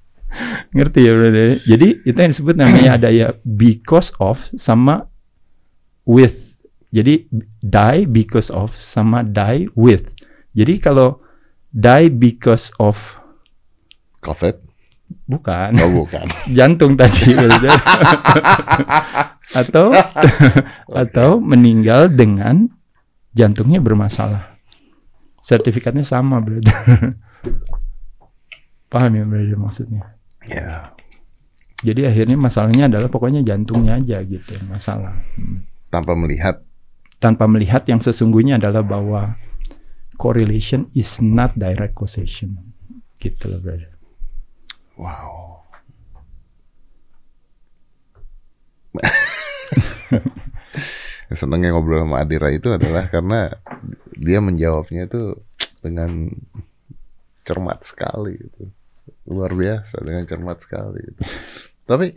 Ngerti ya brother? Jadi itu yang disebut namanya ada ya because of sama with. Jadi die because of sama die with. Jadi kalau die because of COVID? Bukan. Oh bukan. Jantung tadi brother. Atau okay. Atau meninggal dengan jantungnya bermasalah. Sertifikatnya sama, brother. Paham ya, brother, maksudnya? Ya. Yeah. Jadi akhirnya masalahnya adalah pokoknya jantungnya aja gitu, masalah. Hmm. Tanpa melihat. Tanpa melihat yang sesungguhnya adalah bahwa correlation is not direct causation. Gitu loh, brother. Wow. senangnya ngobrol sama Adira itu adalah karena dia menjawabnya itu dengan cermat sekali gitu. Luar biasa, dengan cermat sekali gitu. Tapi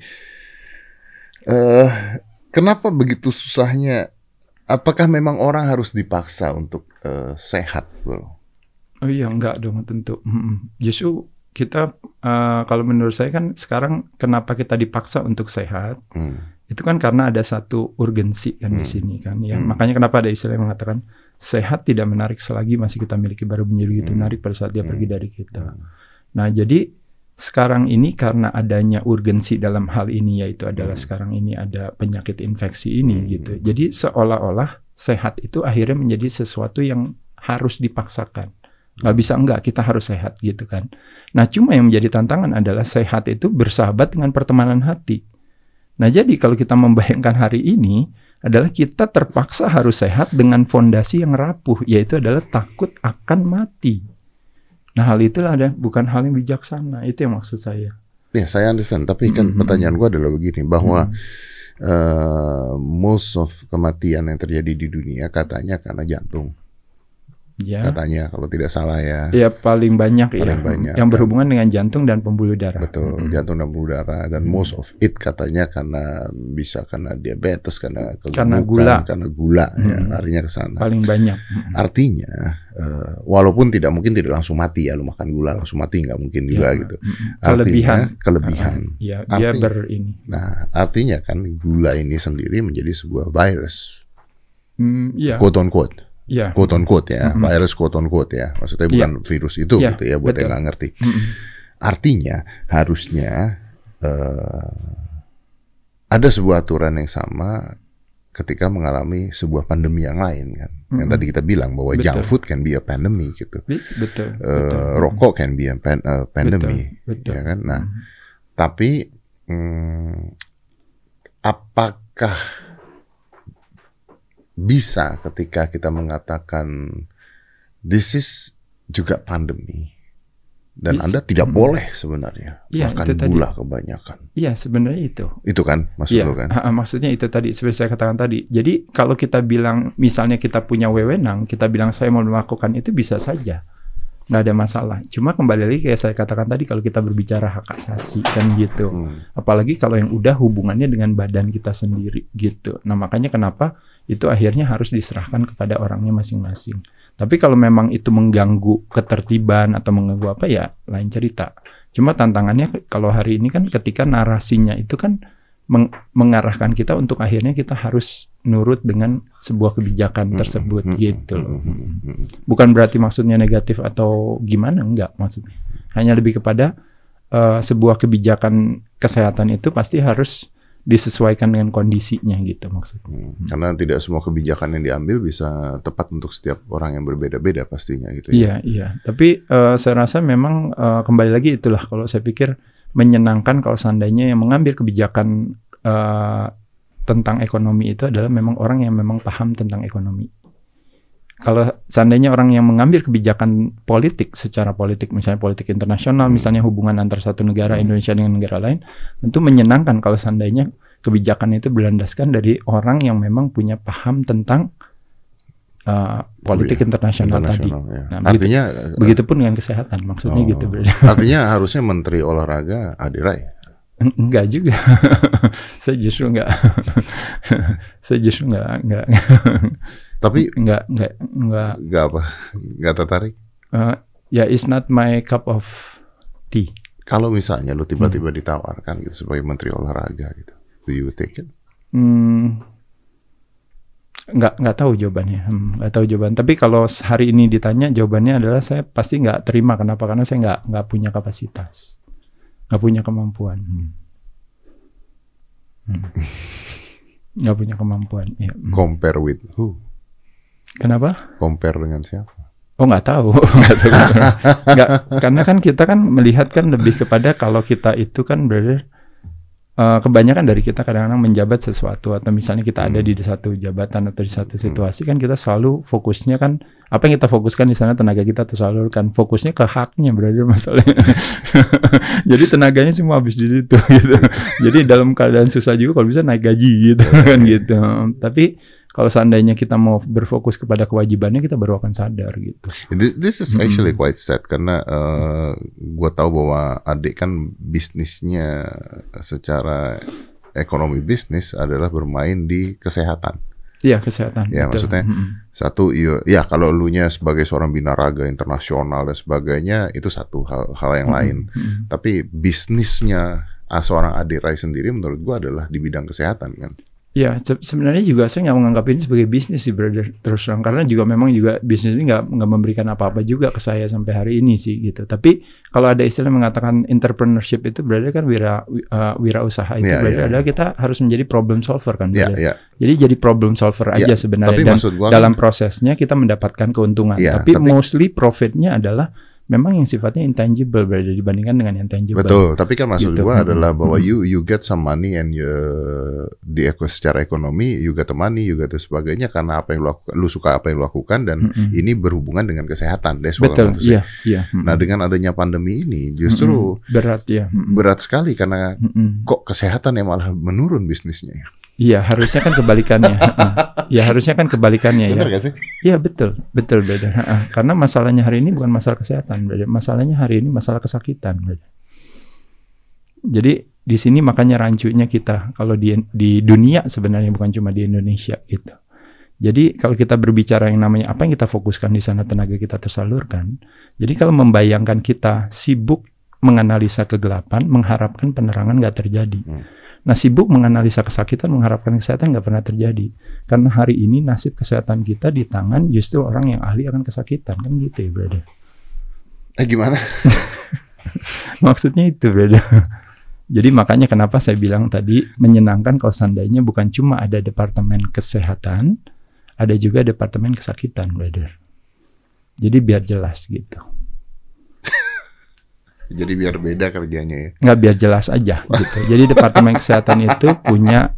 uh, kenapa begitu susahnya? Apakah memang orang harus dipaksa untuk uh, sehat, bro? Oh iya, enggak dong tentu. Justru kita uh, kalau menurut saya kan sekarang kenapa kita dipaksa untuk sehat? Hmm. Itu kan karena ada satu urgensi kan hmm. di sini kan. Ya hmm. makanya kenapa ada istilah yang mengatakan sehat tidak menarik selagi masih kita miliki, baru menjadi begitu menarik pada saat dia hmm. pergi dari kita. Hmm. Nah, jadi sekarang ini karena adanya urgensi dalam hal ini, yaitu adalah hmm. sekarang ini ada penyakit infeksi ini hmm. gitu. Jadi seolah-olah sehat itu akhirnya menjadi sesuatu yang harus dipaksakan. Nggak bisa enggak, kita harus sehat gitu kan. Nah, cuma yang menjadi tantangan adalah sehat itu bersahabat dengan pertemanan hati. Nah, jadi kalau kita membayangkan hari ini adalah kita terpaksa harus sehat dengan fondasi yang rapuh, yaitu adalah takut akan mati. Nah, hal itulah ada bukan hal yang bijaksana. Itu yang maksud saya. Ya, saya understand. Tapi kan mm-hmm. pertanyaan gue adalah begini, bahwa mm-hmm. uh, most of kematian yang terjadi di dunia katanya karena jantung. Ya. Katanya kalau tidak salah ya. Ya paling banyak paling ya. Banyak, yang kan? Berhubungan dengan jantung dan pembuluh darah. Betul, hmm. jantung dan pembuluh darah, dan hmm. most of it katanya karena bisa karena diabetes, karena kegemukan, karena gula, karena gula hmm. ya, larinya ke sana. Paling banyak. Artinya uh, walaupun tidak mungkin tidak langsung mati ya, lu makan gula langsung mati nggak mungkin juga ya. Gitu. Artinya kelebihan, kelebihan. Uh, ya, dia artinya, ber ini. Nah, artinya kan gula ini sendiri menjadi sebuah virus. Hmm, ya. Quote on quote. Ya. Quote on quote ya, mm-hmm. virus quote on quote ya, maksudnya bukan ya. Virus itu ya, gitu ya, buat betul. Yang nggak ngerti. Mm-hmm. Artinya harusnya uh, ada sebuah aturan yang sama ketika mengalami sebuah pandemi yang lain kan. Mm-hmm. Yang tadi kita bilang bahwa betul. Junk food can be a pandemic gitu. Betul. Uh, betul. Rokok can be a pan, uh, pandemic, betul. Betul. ya kan. Nah, mm-hmm. tapi hmm, apakah bisa ketika kita mengatakan this is juga pandemi dan yes. Anda tidak hmm. boleh sebenarnya ya, makan gula tadi. Kebanyakan. Iya sebenarnya itu. Itu kan maksud ya, lo kan? Ha, maksudnya itu tadi seperti saya katakan tadi. Jadi kalau kita bilang misalnya kita punya wewenang, kita bilang saya mau melakukan itu bisa saja. Nggak ada masalah. Cuma kembali lagi kayak saya katakan tadi, kalau kita berbicara hak asasi kan gitu. Hmm. Apalagi kalau yang udah hubungannya dengan badan kita sendiri gitu. Nah makanya kenapa itu akhirnya harus diserahkan kepada orangnya masing-masing. Tapi kalau memang itu mengganggu ketertiban atau mengganggu apa ya lain cerita. Cuma tantangannya kalau hari ini kan ketika narasinya itu kan meng mengarahkan kita untuk akhirnya kita harus nurut dengan sebuah kebijakan tersebut hmm, gitu loh. Bukan berarti maksudnya negatif atau gimana, enggak maksudnya. Hanya lebih kepada uh, sebuah kebijakan kesehatan itu pasti harus disesuaikan dengan kondisinya gitu maksudnya. Hmm, karena tidak semua kebijakan yang diambil bisa tepat untuk setiap orang yang berbeda-beda pastinya gitu ya. Iya, iya. Tapi uh, saya rasa memang uh, kembali lagi itulah kalau saya pikir menyenangkan kalau seandainya yang mengambil kebijakan uh, tentang ekonomi itu adalah memang orang yang memang paham tentang ekonomi. Kalau seandainya orang yang mengambil kebijakan politik secara politik, misalnya politik internasional, hmm. misalnya hubungan antar satu negara hmm. Indonesia dengan negara lain, tentu menyenangkan kalau seandainya kebijakan itu berlandaskan dari orang yang memang punya paham tentang uh, politik oh, iya. internasional, internasional tadi. Ya. Nah, artinya begitu, uh, begitupun dengan kesehatan, maksudnya oh, gitu. Artinya harusnya Menteri Olahraga Adira ya? Enggak juga. Saya justru enggak. Saya justru enggak enggak. Tapi enggak enggak enggak enggak apa? Enggak tertarik? Uh, ya, it's not my cup of tea. Kalau misalnya lu tiba-tiba hmm. ditawarkan gitu sebagai Menteri Olahraga gitu, do you take it? Hmm, enggak enggak tahu jawabannya. Hmm, enggak tahu jawaban. Tapi kalau hari ini ditanya, jawabannya adalah saya pasti enggak terima. Kenapa? Karena saya enggak enggak punya kapasitas. Nggak punya kemampuan. Hmm. Hmm. Nggak punya kemampuan. Ya. Hmm. Compare with who? Kenapa? Compare dengan siapa? Oh nggak tahu. nggak tahu. Nggak, karena kan kita kan melihat kan lebih kepada kalau kita itu kan berarti uh, kebanyakan dari kita kadang-kadang menjabat sesuatu atau misalnya kita hmm. ada di satu jabatan atau di satu situasi hmm. kan kita selalu fokusnya kan apa yang kita fokuskan di sana tenaga kita tersalurkan, fokusnya ke haknya berarti masalahnya. Jadi tenaganya semua habis di situ gitu. Jadi dalam keadaan susah juga kalau bisa naik gaji gitu kan gitu. Tapi Kalau seandainya kita mau berfokus kepada kewajibannya, kita baru akan sadar gitu. This, this is actually quite sad karena uh, gue tahu bahwa adik kan bisnisnya secara ekonomi bisnis adalah bermain di kesehatan. Iya, kesehatan. Ya, betul. maksudnya Mm-hmm. satu, ya kalau elunya sebagai seorang binaraga internasional dan sebagainya itu satu hal, hal yang lain. Mm-hmm. Tapi bisnisnya seorang adik Rai sendiri menurut gue adalah di bidang kesehatan kan. Ya, se- sebenarnya juga saya nggak menganggap ini sebagai bisnis sih, brother, terus terang, karena juga memang juga bisnis ini nggak nggak memberikan apa-apa juga ke saya sampai hari ini sih gitu. Tapi kalau ada istilah mengatakan entrepreneurship itu, brother, kan wira uh, wirausaha itu, yeah, brother, yeah. adalah kita harus menjadi problem solver kan, Yeah, brother. yeah. Jadi jadi problem solver Yeah, aja sebenarnya, tapi dan maksud gua dalam kan, prosesnya kita mendapatkan keuntungan. Yeah, tapi, tapi mostly profitnya adalah memang yang sifatnya intangible, brother, dibandingkan dengan yang tangible. betul, tapi kan maksud gitu. gua adalah bahwa hmm. you you get some money and you, di eko secara ekonomi you get the money, you get the sebagainya karena apa yang lu lakukan, lu suka apa yang lu lakukan dan hmm. ini berhubungan dengan kesehatan. That's what Betul, iya, iya. Hmm. Nah, dengan adanya pandemi ini justru hmm. berat ya. Hmm. Berat sekali karena hmm. kok kesehatan yang malah menurun bisnisnya ya. Iya, harusnya kan kebalikannya. Ya, harusnya kan kebalikannya. Benar ya. gak sih? Iya, betul. Betul, beda. Karena masalahnya hari ini bukan masalah kesehatan, beda. Masalahnya hari ini masalah kesakitan, beda. Jadi, di sini makanya rancunya kita. Kalau di, di dunia sebenarnya bukan cuma di Indonesia gitu. Jadi, kalau kita berbicara yang namanya apa yang kita fokuskan di sana, tenaga kita tersalurkan. Jadi, kalau membayangkan kita sibuk menganalisa kegelapan, mengharapkan penerangan nggak terjadi. Hmm. Nah, sibuk menganalisa kesakitan, mengharapkan kesehatan nggak pernah terjadi. Karena hari ini nasib kesehatan kita di tangan justru orang yang ahli akan kesakitan. Kan gitu ya, brother. Eh, gimana? Maksudnya itu, brother. Jadi makanya kenapa saya bilang tadi, menyenangkan kalau seandainya bukan cuma ada departemen kesehatan, ada juga departemen kesakitan, brother. Jadi biar jelas gitu. Jadi biar beda kerjanya ya. Nggak, biar jelas aja gitu. Jadi departemen kesehatan itu punya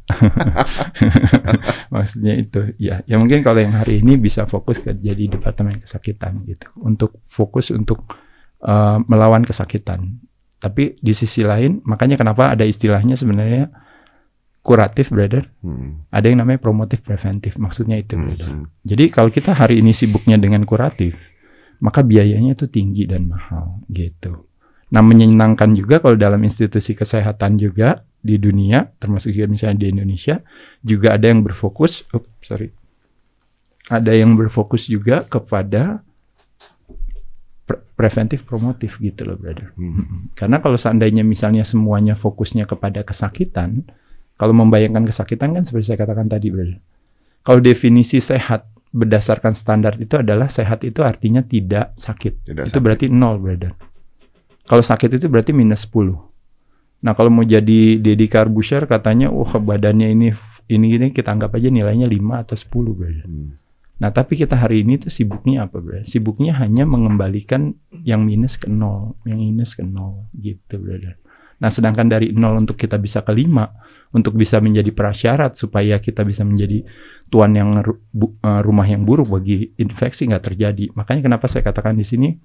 maksudnya itu ya. Ya mungkin kalau yang hari ini bisa fokus ke jadi departemen kesakitan gitu. Untuk fokus untuk uh, melawan kesakitan. Tapi di sisi lain, makanya kenapa ada istilahnya sebenarnya kuratif, brother. Hmm. Ada yang namanya promotif preventif. Maksudnya itu, brother. Hmm. Jadi kalau kita hari ini sibuknya dengan kuratif, maka biayanya itu tinggi dan mahal gitu. Nah, menyenangkan juga kalau dalam institusi kesehatan juga di dunia, termasuk juga misalnya di Indonesia, juga ada yang berfokus, oh, sorry, ada yang berfokus juga kepada pre preventif promotif gitu loh, brother. Hmm. Karena kalau seandainya misalnya semuanya fokusnya kepada kesakitan, kalau membayangkan kesakitan kan seperti saya katakan tadi, brother. Kalau definisi sehat berdasarkan standar itu adalah sehat itu artinya tidak sakit. Tidak itu sakit. Berarti nol, brother. Kalau sakit itu berarti minus sepuluh. Nah, kalau mau jadi Deddy Corbuzier katanya, wah oh, badannya ini ini ini kita anggap aja nilainya lima atau sepuluh, brother. Hmm. Nah, tapi kita hari ini tuh sibuknya apa, brother? Sibuknya hanya mengembalikan yang minus ke nol, yang minus ke nol gitu, brother. Nah, sedangkan dari nol untuk kita bisa ke lima, untuk bisa menjadi prasyarat supaya kita bisa menjadi tuan yang rumah yang buruk bagi infeksi nggak terjadi. Makanya kenapa saya katakan di sini,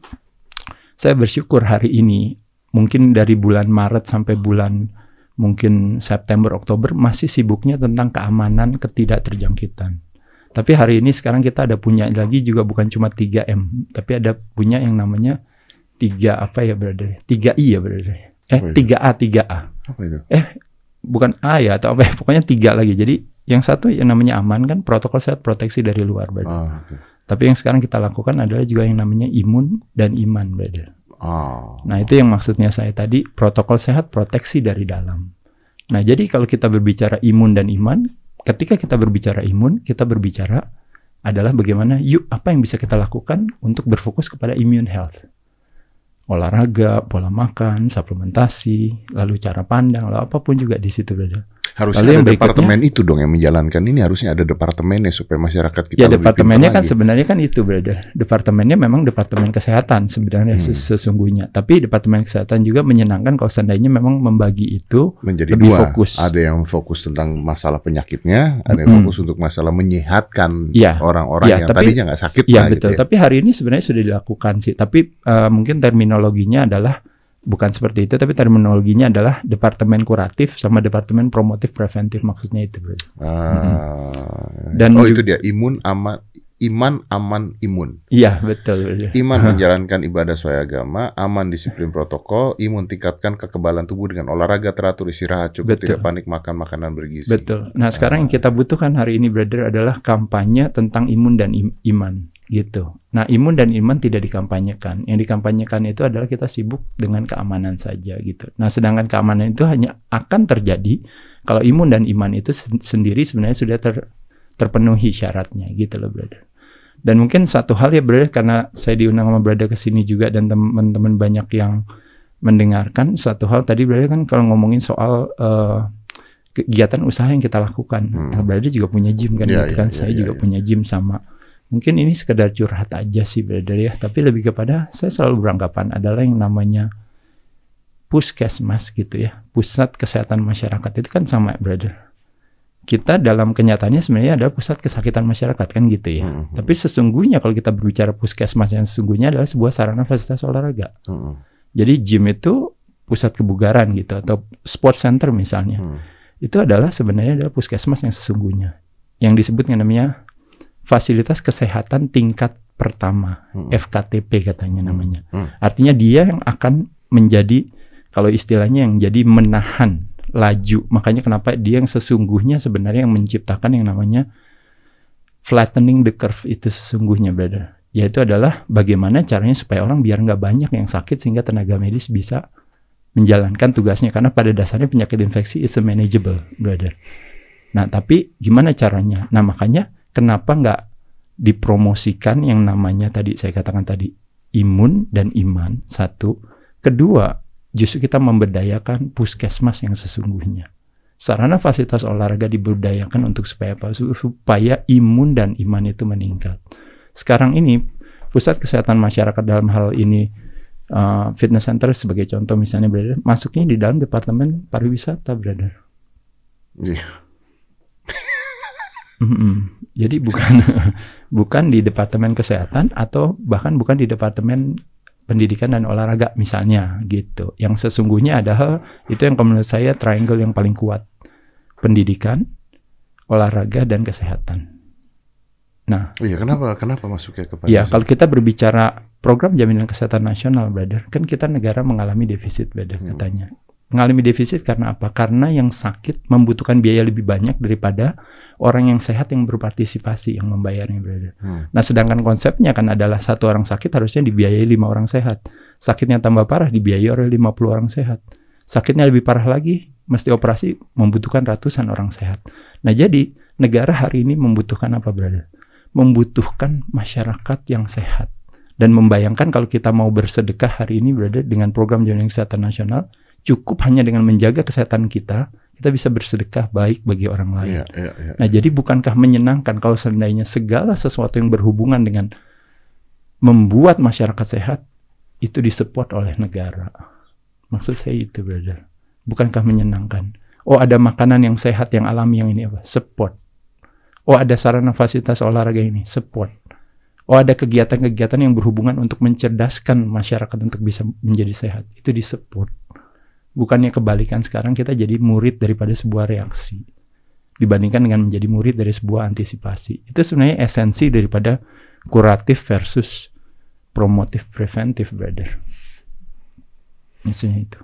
saya bersyukur hari ini, mungkin dari bulan Maret sampai bulan mungkin September, Oktober, masih sibuknya tentang keamanan, ketidakterjangkitan. Tapi hari ini sekarang kita ada punya lagi juga bukan cuma tiga M, tapi ada punya yang namanya tiga apa ya, brother? tiga I ya, brother? Eh, tiga A, tiga A. Apa itu? Eh, bukan A ya, atau apa ya, pokoknya tiga lagi. Jadi yang satu yang namanya aman kan, protokol sehat proteksi dari luar, brother. Oh, okay. Tapi yang sekarang kita lakukan adalah juga yang namanya imun dan iman, brother. Oh. Nah, itu yang maksudnya saya tadi, protokol sehat proteksi dari dalam. Nah, jadi kalau kita berbicara imun dan iman, ketika kita berbicara imun, kita berbicara adalah bagaimana, yuk apa yang bisa kita lakukan untuk berfokus kepada immune health. Olahraga, pola makan, suplementasi, lalu cara pandang, lalu apapun juga di situ, brother. Harusnya ada departemen itu dong yang menjalankan ini, harusnya ada departemennya supaya masyarakat kita ya, lebih departemennya kan lagi. Sebenarnya kan itu, brother. Departemennya memang departemen kesehatan sebenarnya hmm. sesungguhnya. Tapi departemen kesehatan juga menyenangkan kalau seandainya memang membagi itu menjadi lebih dua. Fokus. Ada yang fokus tentang masalah penyakitnya, ada yang hmm. fokus untuk masalah menyehatkan orang-orang ya, ya, yang tapi, tadinya nggak sakit. Iya nah, betul. Gitu ya. Tapi hari ini sebenarnya sudah dilakukan sih. Tapi uh, mungkin terminologinya adalah bukan seperti itu, tapi terminologinya adalah departemen kuratif sama departemen promotif preventif, maksudnya itu, bro. Ah. Dan oh juga, itu dia imun aman, iman aman imun. Iya betul. Bro. Iman menjalankan ibadah sesuai agama, aman disiplin protokol, imun tingkatkan kekebalan tubuh dengan olahraga teratur, istirahat cukup, betul. tidak panik, makan makanan bergizi. Betul. Nah sekarang yang kita butuhkan hari ini, brother, adalah kampanye tentang imun dan im iman. Gitu. Nah, imun dan iman tidak dikampanyekan. Yang dikampanyekan itu adalah kita sibuk dengan keamanan saja gitu. Nah, sedangkan keamanan itu hanya akan terjadi kalau imun dan iman itu sen sendiri sebenarnya sudah ter terpenuhi syaratnya gitu loh, brother. Dan mungkin satu hal ya, brother, karena saya diundang sama brother ke sini juga dan teman-teman banyak yang mendengarkan, satu hal tadi brother kan kalau ngomongin soal uh, kegiatan usaha yang kita lakukan. Hmm. Nah, brother juga punya gym kan, ya, gitu ya, kan. Ya, saya ya, juga ya. punya gym sama. Mungkin ini sekedar curhat aja sih, brother ya. Tapi lebih kepada saya selalu beranggapan adalah yang namanya puskesmas gitu ya. Pusat Kesehatan Masyarakat itu kan sama, brother. Kita dalam kenyataannya sebenarnya adalah pusat kesakitan masyarakat kan gitu ya. Mm-hmm. Tapi sesungguhnya kalau kita berbicara puskesmas yang sesungguhnya adalah sebuah sarana fasilitas olahraga. Mm-hmm. Jadi gym itu pusat kebugaran gitu atau sport center misalnya. Mm. Itu adalah sebenarnya adalah puskesmas yang sesungguhnya. Yang disebut yang namanya fasilitas kesehatan tingkat pertama, hmm. F K T P katanya namanya. Hmm. Artinya dia yang akan menjadi, kalau istilahnya yang jadi menahan laju. Makanya kenapa dia yang sesungguhnya sebenarnya yang menciptakan yang namanya flattening the curve itu sesungguhnya, brother. Yaitu adalah bagaimana caranya supaya orang biar nggak banyak yang sakit sehingga tenaga medis bisa menjalankan tugasnya. Karena pada dasarnya penyakit infeksi is manageable, brother. Nah, tapi gimana caranya? Nah, makanya kenapa nggak dipromosikan yang namanya tadi saya katakan tadi imun dan iman, satu. Kedua, justru kita memberdayakan puskesmas yang sesungguhnya. Sarana fasilitas olahraga diberdayakan untuk supaya apa? Supaya imun dan iman itu meningkat. Sekarang ini pusat kesehatan masyarakat dalam hal ini uh, fitness center sebagai contoh misalnya, brother, masuknya di dalam departemen pariwisata, brother. Iya. Yeah. Mm-hmm. Jadi bukan bukan di departemen kesehatan atau bahkan bukan di departemen pendidikan dan olahraga misalnya gitu. Yang sesungguhnya adalah itu yang menurut saya triangle yang paling kuat. Pendidikan, olahraga dan kesehatan. Nah, iya, kenapa kenapa masuknya kepada ya, kalau kita berbicara program jaminan kesehatan nasional, brother, kan kita negara mengalami defisit, brother, hmm. katanya. Mengalami defisit karena apa? Karena yang sakit membutuhkan biaya lebih banyak daripada orang yang sehat yang berpartisipasi yang membayarnya, brother. Hmm. Nah, sedangkan konsepnya kan adalah satu orang sakit harusnya dibiayai lima orang sehat. Sakitnya tambah parah dibiayai oleh lima puluh orang sehat. Sakitnya lebih parah lagi, mesti operasi, membutuhkan ratusan orang sehat. Nah, jadi negara hari ini membutuhkan apa, brother? Membutuhkan masyarakat yang sehat. Dan membayangkan kalau kita mau bersedekah hari ini, brother, dengan program jaminan kesehatan nasional, cukup hanya dengan menjaga kesehatan kita, kita bisa bersedekah baik bagi orang lain. Yeah, yeah, yeah. Nah, jadi bukankah menyenangkan kalau seandainya segala sesuatu yang berhubungan dengan membuat masyarakat sehat itu disupport oleh negara. Maksud saya itu, brother. Bukankah menyenangkan? Oh, ada makanan yang sehat, yang alami, yang ini apa? Support. Oh, ada sarana fasilitas olahraga ini, support. Oh, ada kegiatan-kegiatan yang berhubungan untuk mencerdaskan masyarakat untuk bisa menjadi sehat. Itu disupport. Bukannya kebalikan, sekarang kita jadi murid daripada sebuah reaksi dibandingkan dengan menjadi murid dari sebuah antisipasi. Itu sebenarnya esensi daripada kuratif versus promotif preventif, brother. Maksudnya itu.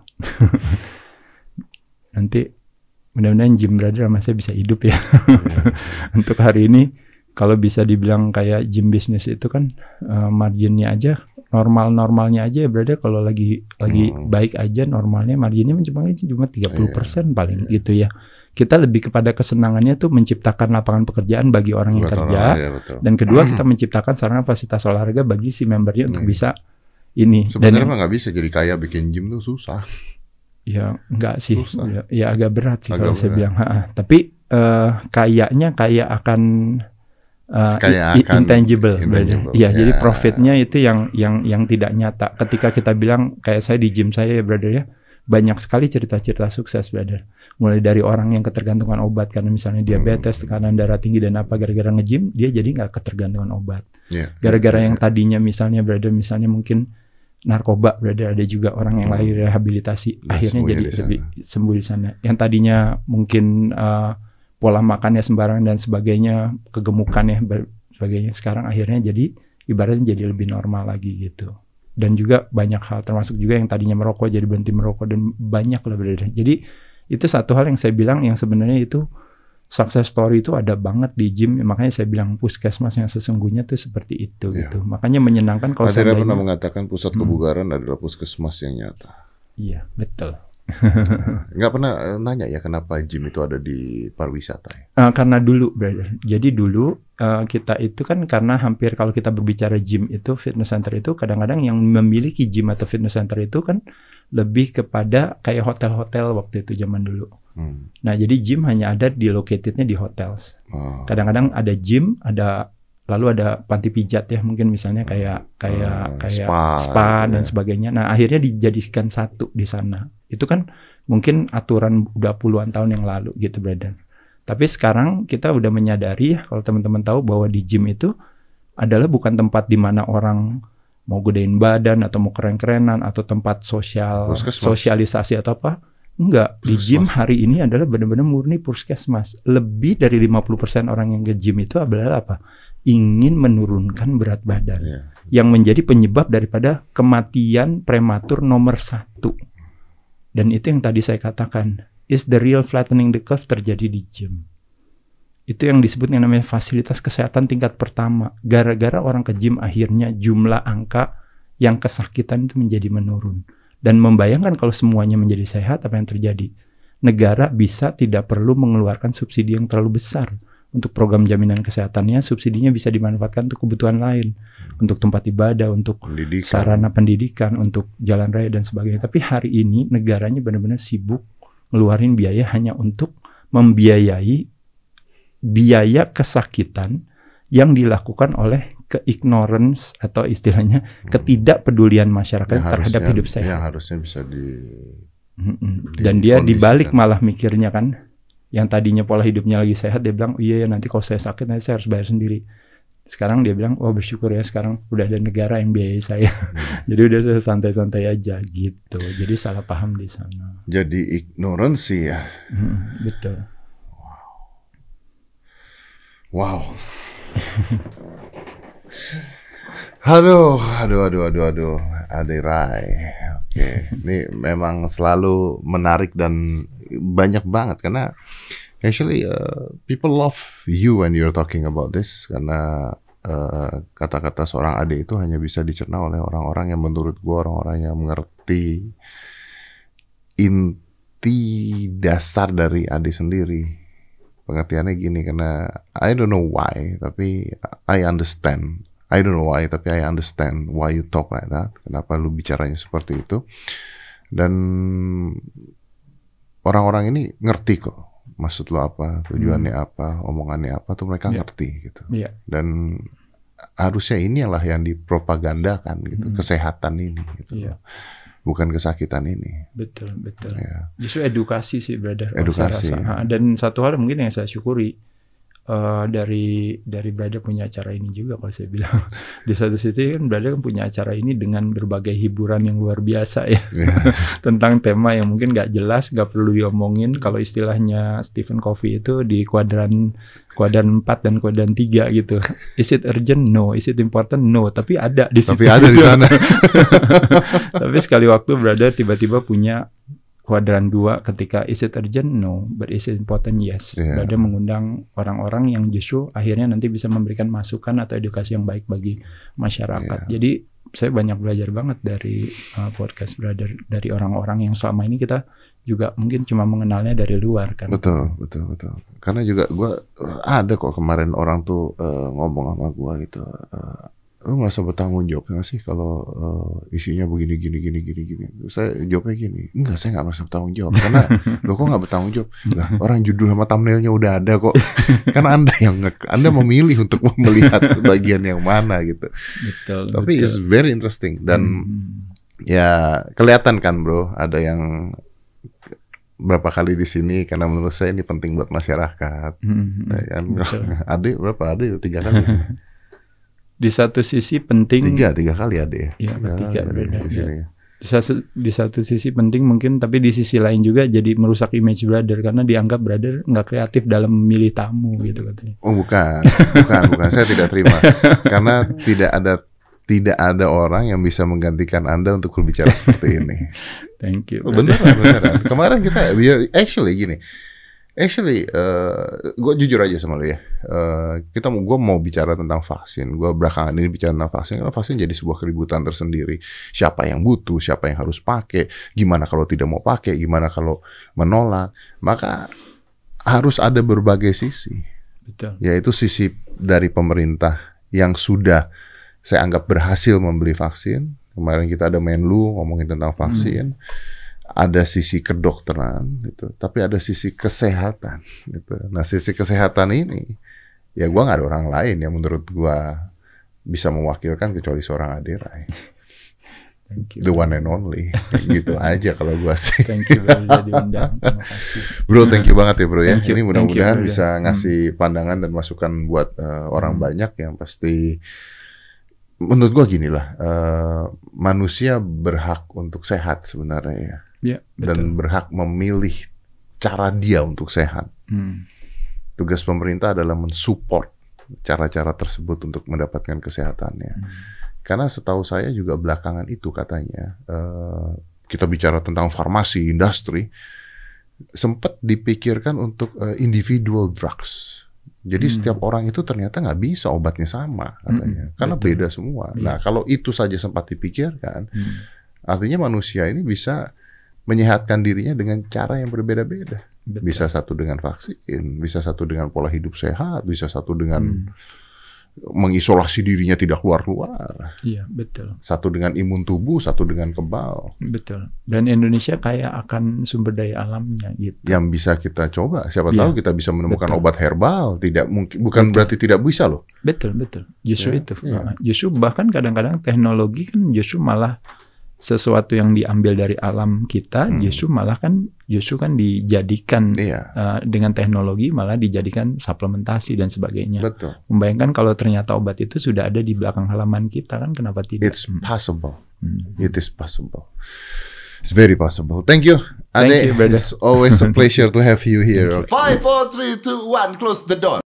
Nanti mudah-mudahan gym, brother, sama saya bisa hidup ya. Untuk hari ini kalau bisa dibilang kayak gym bisnis itu kan uh, marginnya aja normal-normalnya aja ya, brother, kalau lagi lagi hmm. baik aja normalnya marginnya cuma cuma tiga puluh persen yeah. paling yeah. gitu ya. Kita lebih kepada kesenangannya tuh menciptakan lapangan pekerjaan bagi orang yang betul, kerja ya, dan kedua kita menciptakan sarana fasilitas olahraga bagi si membernya hmm. untuk bisa ini. Sebenarnya mah nggak bisa jadi kaya bikin gym tuh susah. Ya enggak sih, ya, ya agak berat sih agak kalau berat. Saya bilang. Ha-ha. Tapi uh, kayaknya kayak akan Uh, kayak akan intangible, intangible. Ya, ya, jadi profitnya itu yang yang yang tidak nyata. Ketika kita bilang kayak saya di gym saya ya, brother ya, banyak sekali cerita-cerita sukses, brother. Mulai dari orang yang ketergantungan obat karena misalnya diabetes, tekanan darah tinggi dan apa, gara-gara nge-gym dia jadi nggak ketergantungan obat. Yeah, gara-gara yeah, yang yeah. tadinya misalnya, brother, misalnya mungkin narkoba, berada ada juga orang yang Hmm. lari rehabilitasi, Dan akhirnya sembuhnya jadi di sana. lebih sembuh di sana. Yang tadinya mungkin uh, pola makannya sembarangan dan sebagainya, kegemukan ya, ber- sebagainya, sekarang akhirnya jadi ibaratnya jadi lebih normal lagi gitu. Dan juga banyak hal, termasuk juga yang tadinya merokok jadi berhenti merokok, dan banyak lah berada. Jadi itu satu hal yang saya bilang yang sebenarnya itu success story itu ada banget di gym, makanya saya bilang puskesmas yang sesungguhnya tuh seperti itu Iya. gitu. Makanya menyenangkan kalau Adira pernah seandainya, mengatakan pusat Hmm. kebugaran adalah puskesmas yang nyata. iya betul. Nggak pernah eh, nanya ya kenapa gym itu ada di pariwisata ya? Uh, karena dulu, brother. Jadi dulu uh, kita itu kan karena hampir kalau kita berbicara gym itu, fitness center itu kadang-kadang yang memiliki gym atau fitness center itu kan lebih kepada kayak hotel-hotel waktu itu zaman dulu. Hmm. Nah jadi gym hanya ada di locatednya di hotel. Oh. Kadang-kadang ada gym, ada lalu ada panti pijat ya, mungkin misalnya kayak kayak Hmm, kayak spa, spa, gitu dan ya. sebagainya. Nah akhirnya dijadikan satu di sana. Itu kan mungkin aturan udah puluhan tahun yang lalu gitu, brother. Tapi sekarang kita udah menyadari ya, kalau teman-teman tahu bahwa di gym itu adalah bukan tempat di mana orang mau gedein badan atau mau keren-kerenan atau tempat sosial, Puskesmas. sosialisasi atau apa. Enggak, di gym Puskesmas. hari ini adalah benar-benar murni puskesmas. Lebih dari lima puluh persen orang yang ke gym itu adalah apa? Ingin menurunkan berat badan. Iya. Yang menjadi penyebab daripada kematian prematur nomor satu. Dan itu yang tadi saya katakan, is the real flattening the curve terjadi di gym. Itu yang disebut yang namanya fasilitas kesehatan tingkat pertama. Gara-gara orang ke gym akhirnya jumlah angka yang kesakitan itu menjadi menurun. Dan membayangkan kalau semuanya menjadi sehat, apa yang terjadi? Negara bisa tidak perlu mengeluarkan subsidi yang terlalu besar. Untuk program jaminan kesehatannya, subsidinya bisa dimanfaatkan untuk kebutuhan lain. Untuk tempat ibadah, untuk Pendidikan. sarana pendidikan, untuk jalan raya dan sebagainya. Tapi hari ini negaranya benar-benar sibuk ngeluarin biaya hanya untuk membiayai biaya kesakitan yang dilakukan oleh keignorance atau istilahnya ketidakpedulian masyarakat Yang terhadap harusnya- hidup sehat. Yang harusnya bisa di Mm-mm. Dan dia dibalik dikondisikan. malah mikirnya kan, yang tadinya pola hidupnya lagi sehat, dia bilang, oh iya ya nanti kalau saya sakit nanti saya harus bayar sendiri. Sekarang dia bilang, oh bersyukur ya sekarang udah ada negara yang biayai saya. Jadi udah saya santai-santai aja gitu. Jadi salah paham di sana. Jadi ignoransi ya. Mm, betul. Wow. Aduh, aduh, aduh, aduh, aduh, Adirai. Oke, ini memang selalu menarik dan banyak banget karena actually uh, people love you when you're talking about this karena uh, kata-kata seorang Ade itu hanya bisa dicerna oleh orang-orang yang menurut gua orang-orang yang mengerti inti dasar dari Ade sendiri. Pengertiannya gini karena I don't know why tapi I understand. I don't know why, tapi I understand why you talk like that. Kenapa lu bicaranya seperti itu. Dan orang-orang ini ngerti kok. Maksud lu apa, tujuannya hmm. apa, omongannya apa, tuh mereka yeah. ngerti gitu. Yeah. Dan harusnya inilah yang dipropagandakan gitu, hmm. kesehatan ini gitu. Yeah. Bukan kesakitan ini. Betul, betul. Ya. Justru edukasi sih, brother. Edukasi. Saya rasa. Dan satu hal mungkin yang saya syukuri, Uh, dari dari Brada punya acara ini juga kalau saya bilang. Di satu sisi kan Brada kan punya acara ini dengan berbagai hiburan yang luar biasa ya. Yeah. Tentang tema yang mungkin nggak jelas, nggak perlu diomongin. Kalau istilahnya Stephen Covey itu di kuadran kuadran empat dan kuadran tiga gitu. Is it urgent? No. Is it important? No. Tapi ada di situ. Tapi ada di sana. Tapi sekali waktu Brada tiba-tiba punya kuadran dua ketika is it urgent? No. But is it important? Yes. Yeah. Brada mengundang orang-orang yang justru akhirnya nanti bisa memberikan masukan atau edukasi yang baik bagi masyarakat. Yeah. Jadi saya banyak belajar banget dari uh, podcast Brother, dari orang-orang yang selama ini kita juga mungkin cuma mengenalnya dari luar kan. Betul, betul, betul. Karena juga gue ada kok kemarin orang tuh uh, ngomong sama gue gitu. Uh, lu merasa bertanggung jawab nggak sih kalau uh, isinya begini gini gini gini gini? Saya jawabnya gini, enggak, saya nggak merasa bertanggung jawab karena lo kok nggak bertanggung jawab? Lah, orang judul sama thumbnailnya udah ada kok. Karena anda yang anda memilih untuk melihat bagian yang mana gitu. Betul. Tapi betul. it's very interesting dan hmm. ya kelihatan kan bro, ada yang berapa kali di sini karena menurut saya ini penting buat masyarakat. Hmm. Ya kan? Ade berapa? Ade tiga kali. di satu sisi penting. Tiga, tiga kali ada ya. Iya, tiga brother. Di sini. Di satu, di satu sisi penting mungkin, tapi di sisi lain juga jadi merusak image brother karena dianggap brother nggak kreatif dalam memilih tamu gitu katanya. Oh bukan, bukan, bukan. Saya tidak terima karena tidak ada tidak ada orang yang bisa menggantikan Anda untuk berbicara seperti ini. Thank you. Oh, beneran, beneran. Kemarin kita, actually gini. Actually, uh, gue jujur aja sama lo ya. Uh, kita mau, gue mau bicara tentang vaksin. Gue belakangan ini bicara tentang vaksin karena vaksin jadi sebuah keributan tersendiri. Siapa yang butuh, siapa yang harus pakai, gimana kalau tidak mau pakai, gimana kalau menolak. Maka harus ada berbagai sisi. Betul. Yaitu sisi dari pemerintah yang sudah saya anggap berhasil membeli vaksin. Kemarin kita ada Menlu ngomongin tentang vaksin. Hmm. Ada sisi kedokteran, gitu. Tapi ada sisi kesehatan. Gitu. Nah, sisi kesehatan ini, ya gue nggak ada orang lain yang menurut gue bisa mewakilkan kecuali seorang Aderai. Thank you. The one and only, gitu aja kalau gue sih. Thank you bro, jadi undang. Terima kasih. Bro, thank you banget ya bro ya. Thank you. Ini mudah-mudahan you, bisa ngasih hmm. pandangan dan masukan buat uh, orang hmm. banyak yang pasti. Menurut gue gini lah, uh, manusia berhak untuk sehat sebenarnya ya. Ya, dan berhak memilih cara dia untuk sehat. Hmm. Tugas pemerintah adalah mensupport cara-cara tersebut untuk mendapatkan kesehatannya. Hmm. Karena setahu saya juga belakangan itu katanya, uh, kita bicara tentang farmasi, industri, sempat dipikirkan untuk uh, individual drugs. Jadi hmm. setiap orang itu ternyata nggak bisa obatnya sama katanya, hmm. karena betul. Beda semua. Yeah. Nah kalau itu saja sempat dipikirkan, hmm. artinya manusia ini bisa menyehatkan dirinya dengan cara yang berbeda-beda. Betul. Bisa satu dengan vaksin, bisa satu dengan pola hidup sehat, bisa satu dengan hmm. mengisolasi dirinya tidak keluar-keluar. Iya, betul. Satu dengan imun tubuh, satu dengan kebal. Betul. Dan Indonesia kaya akan sumber daya alamnya gitu. Yang bisa kita coba. Siapa ya. tahu kita bisa menemukan betul. obat herbal. Tidak mungkin, bukan betul. berarti tidak bisa loh. Betul, betul. Justru ya, itu. Ya. Justru bahkan kadang-kadang teknologi kan justru malah sesuatu yang diambil dari alam kita, hmm. justru malah kan justru kan dijadikan iya. uh, dengan teknologi malah dijadikan suplementasi dan sebagainya. Betul. Membayangkan kalau ternyata obat itu sudah ada di belakang halaman kita kan kenapa tidak? It's possible. Hmm. It is possible. It's very possible. Thank you. Thank Ade, you, brother. It's always a pleasure to have you here. Five, four, three, two, one. Close the door.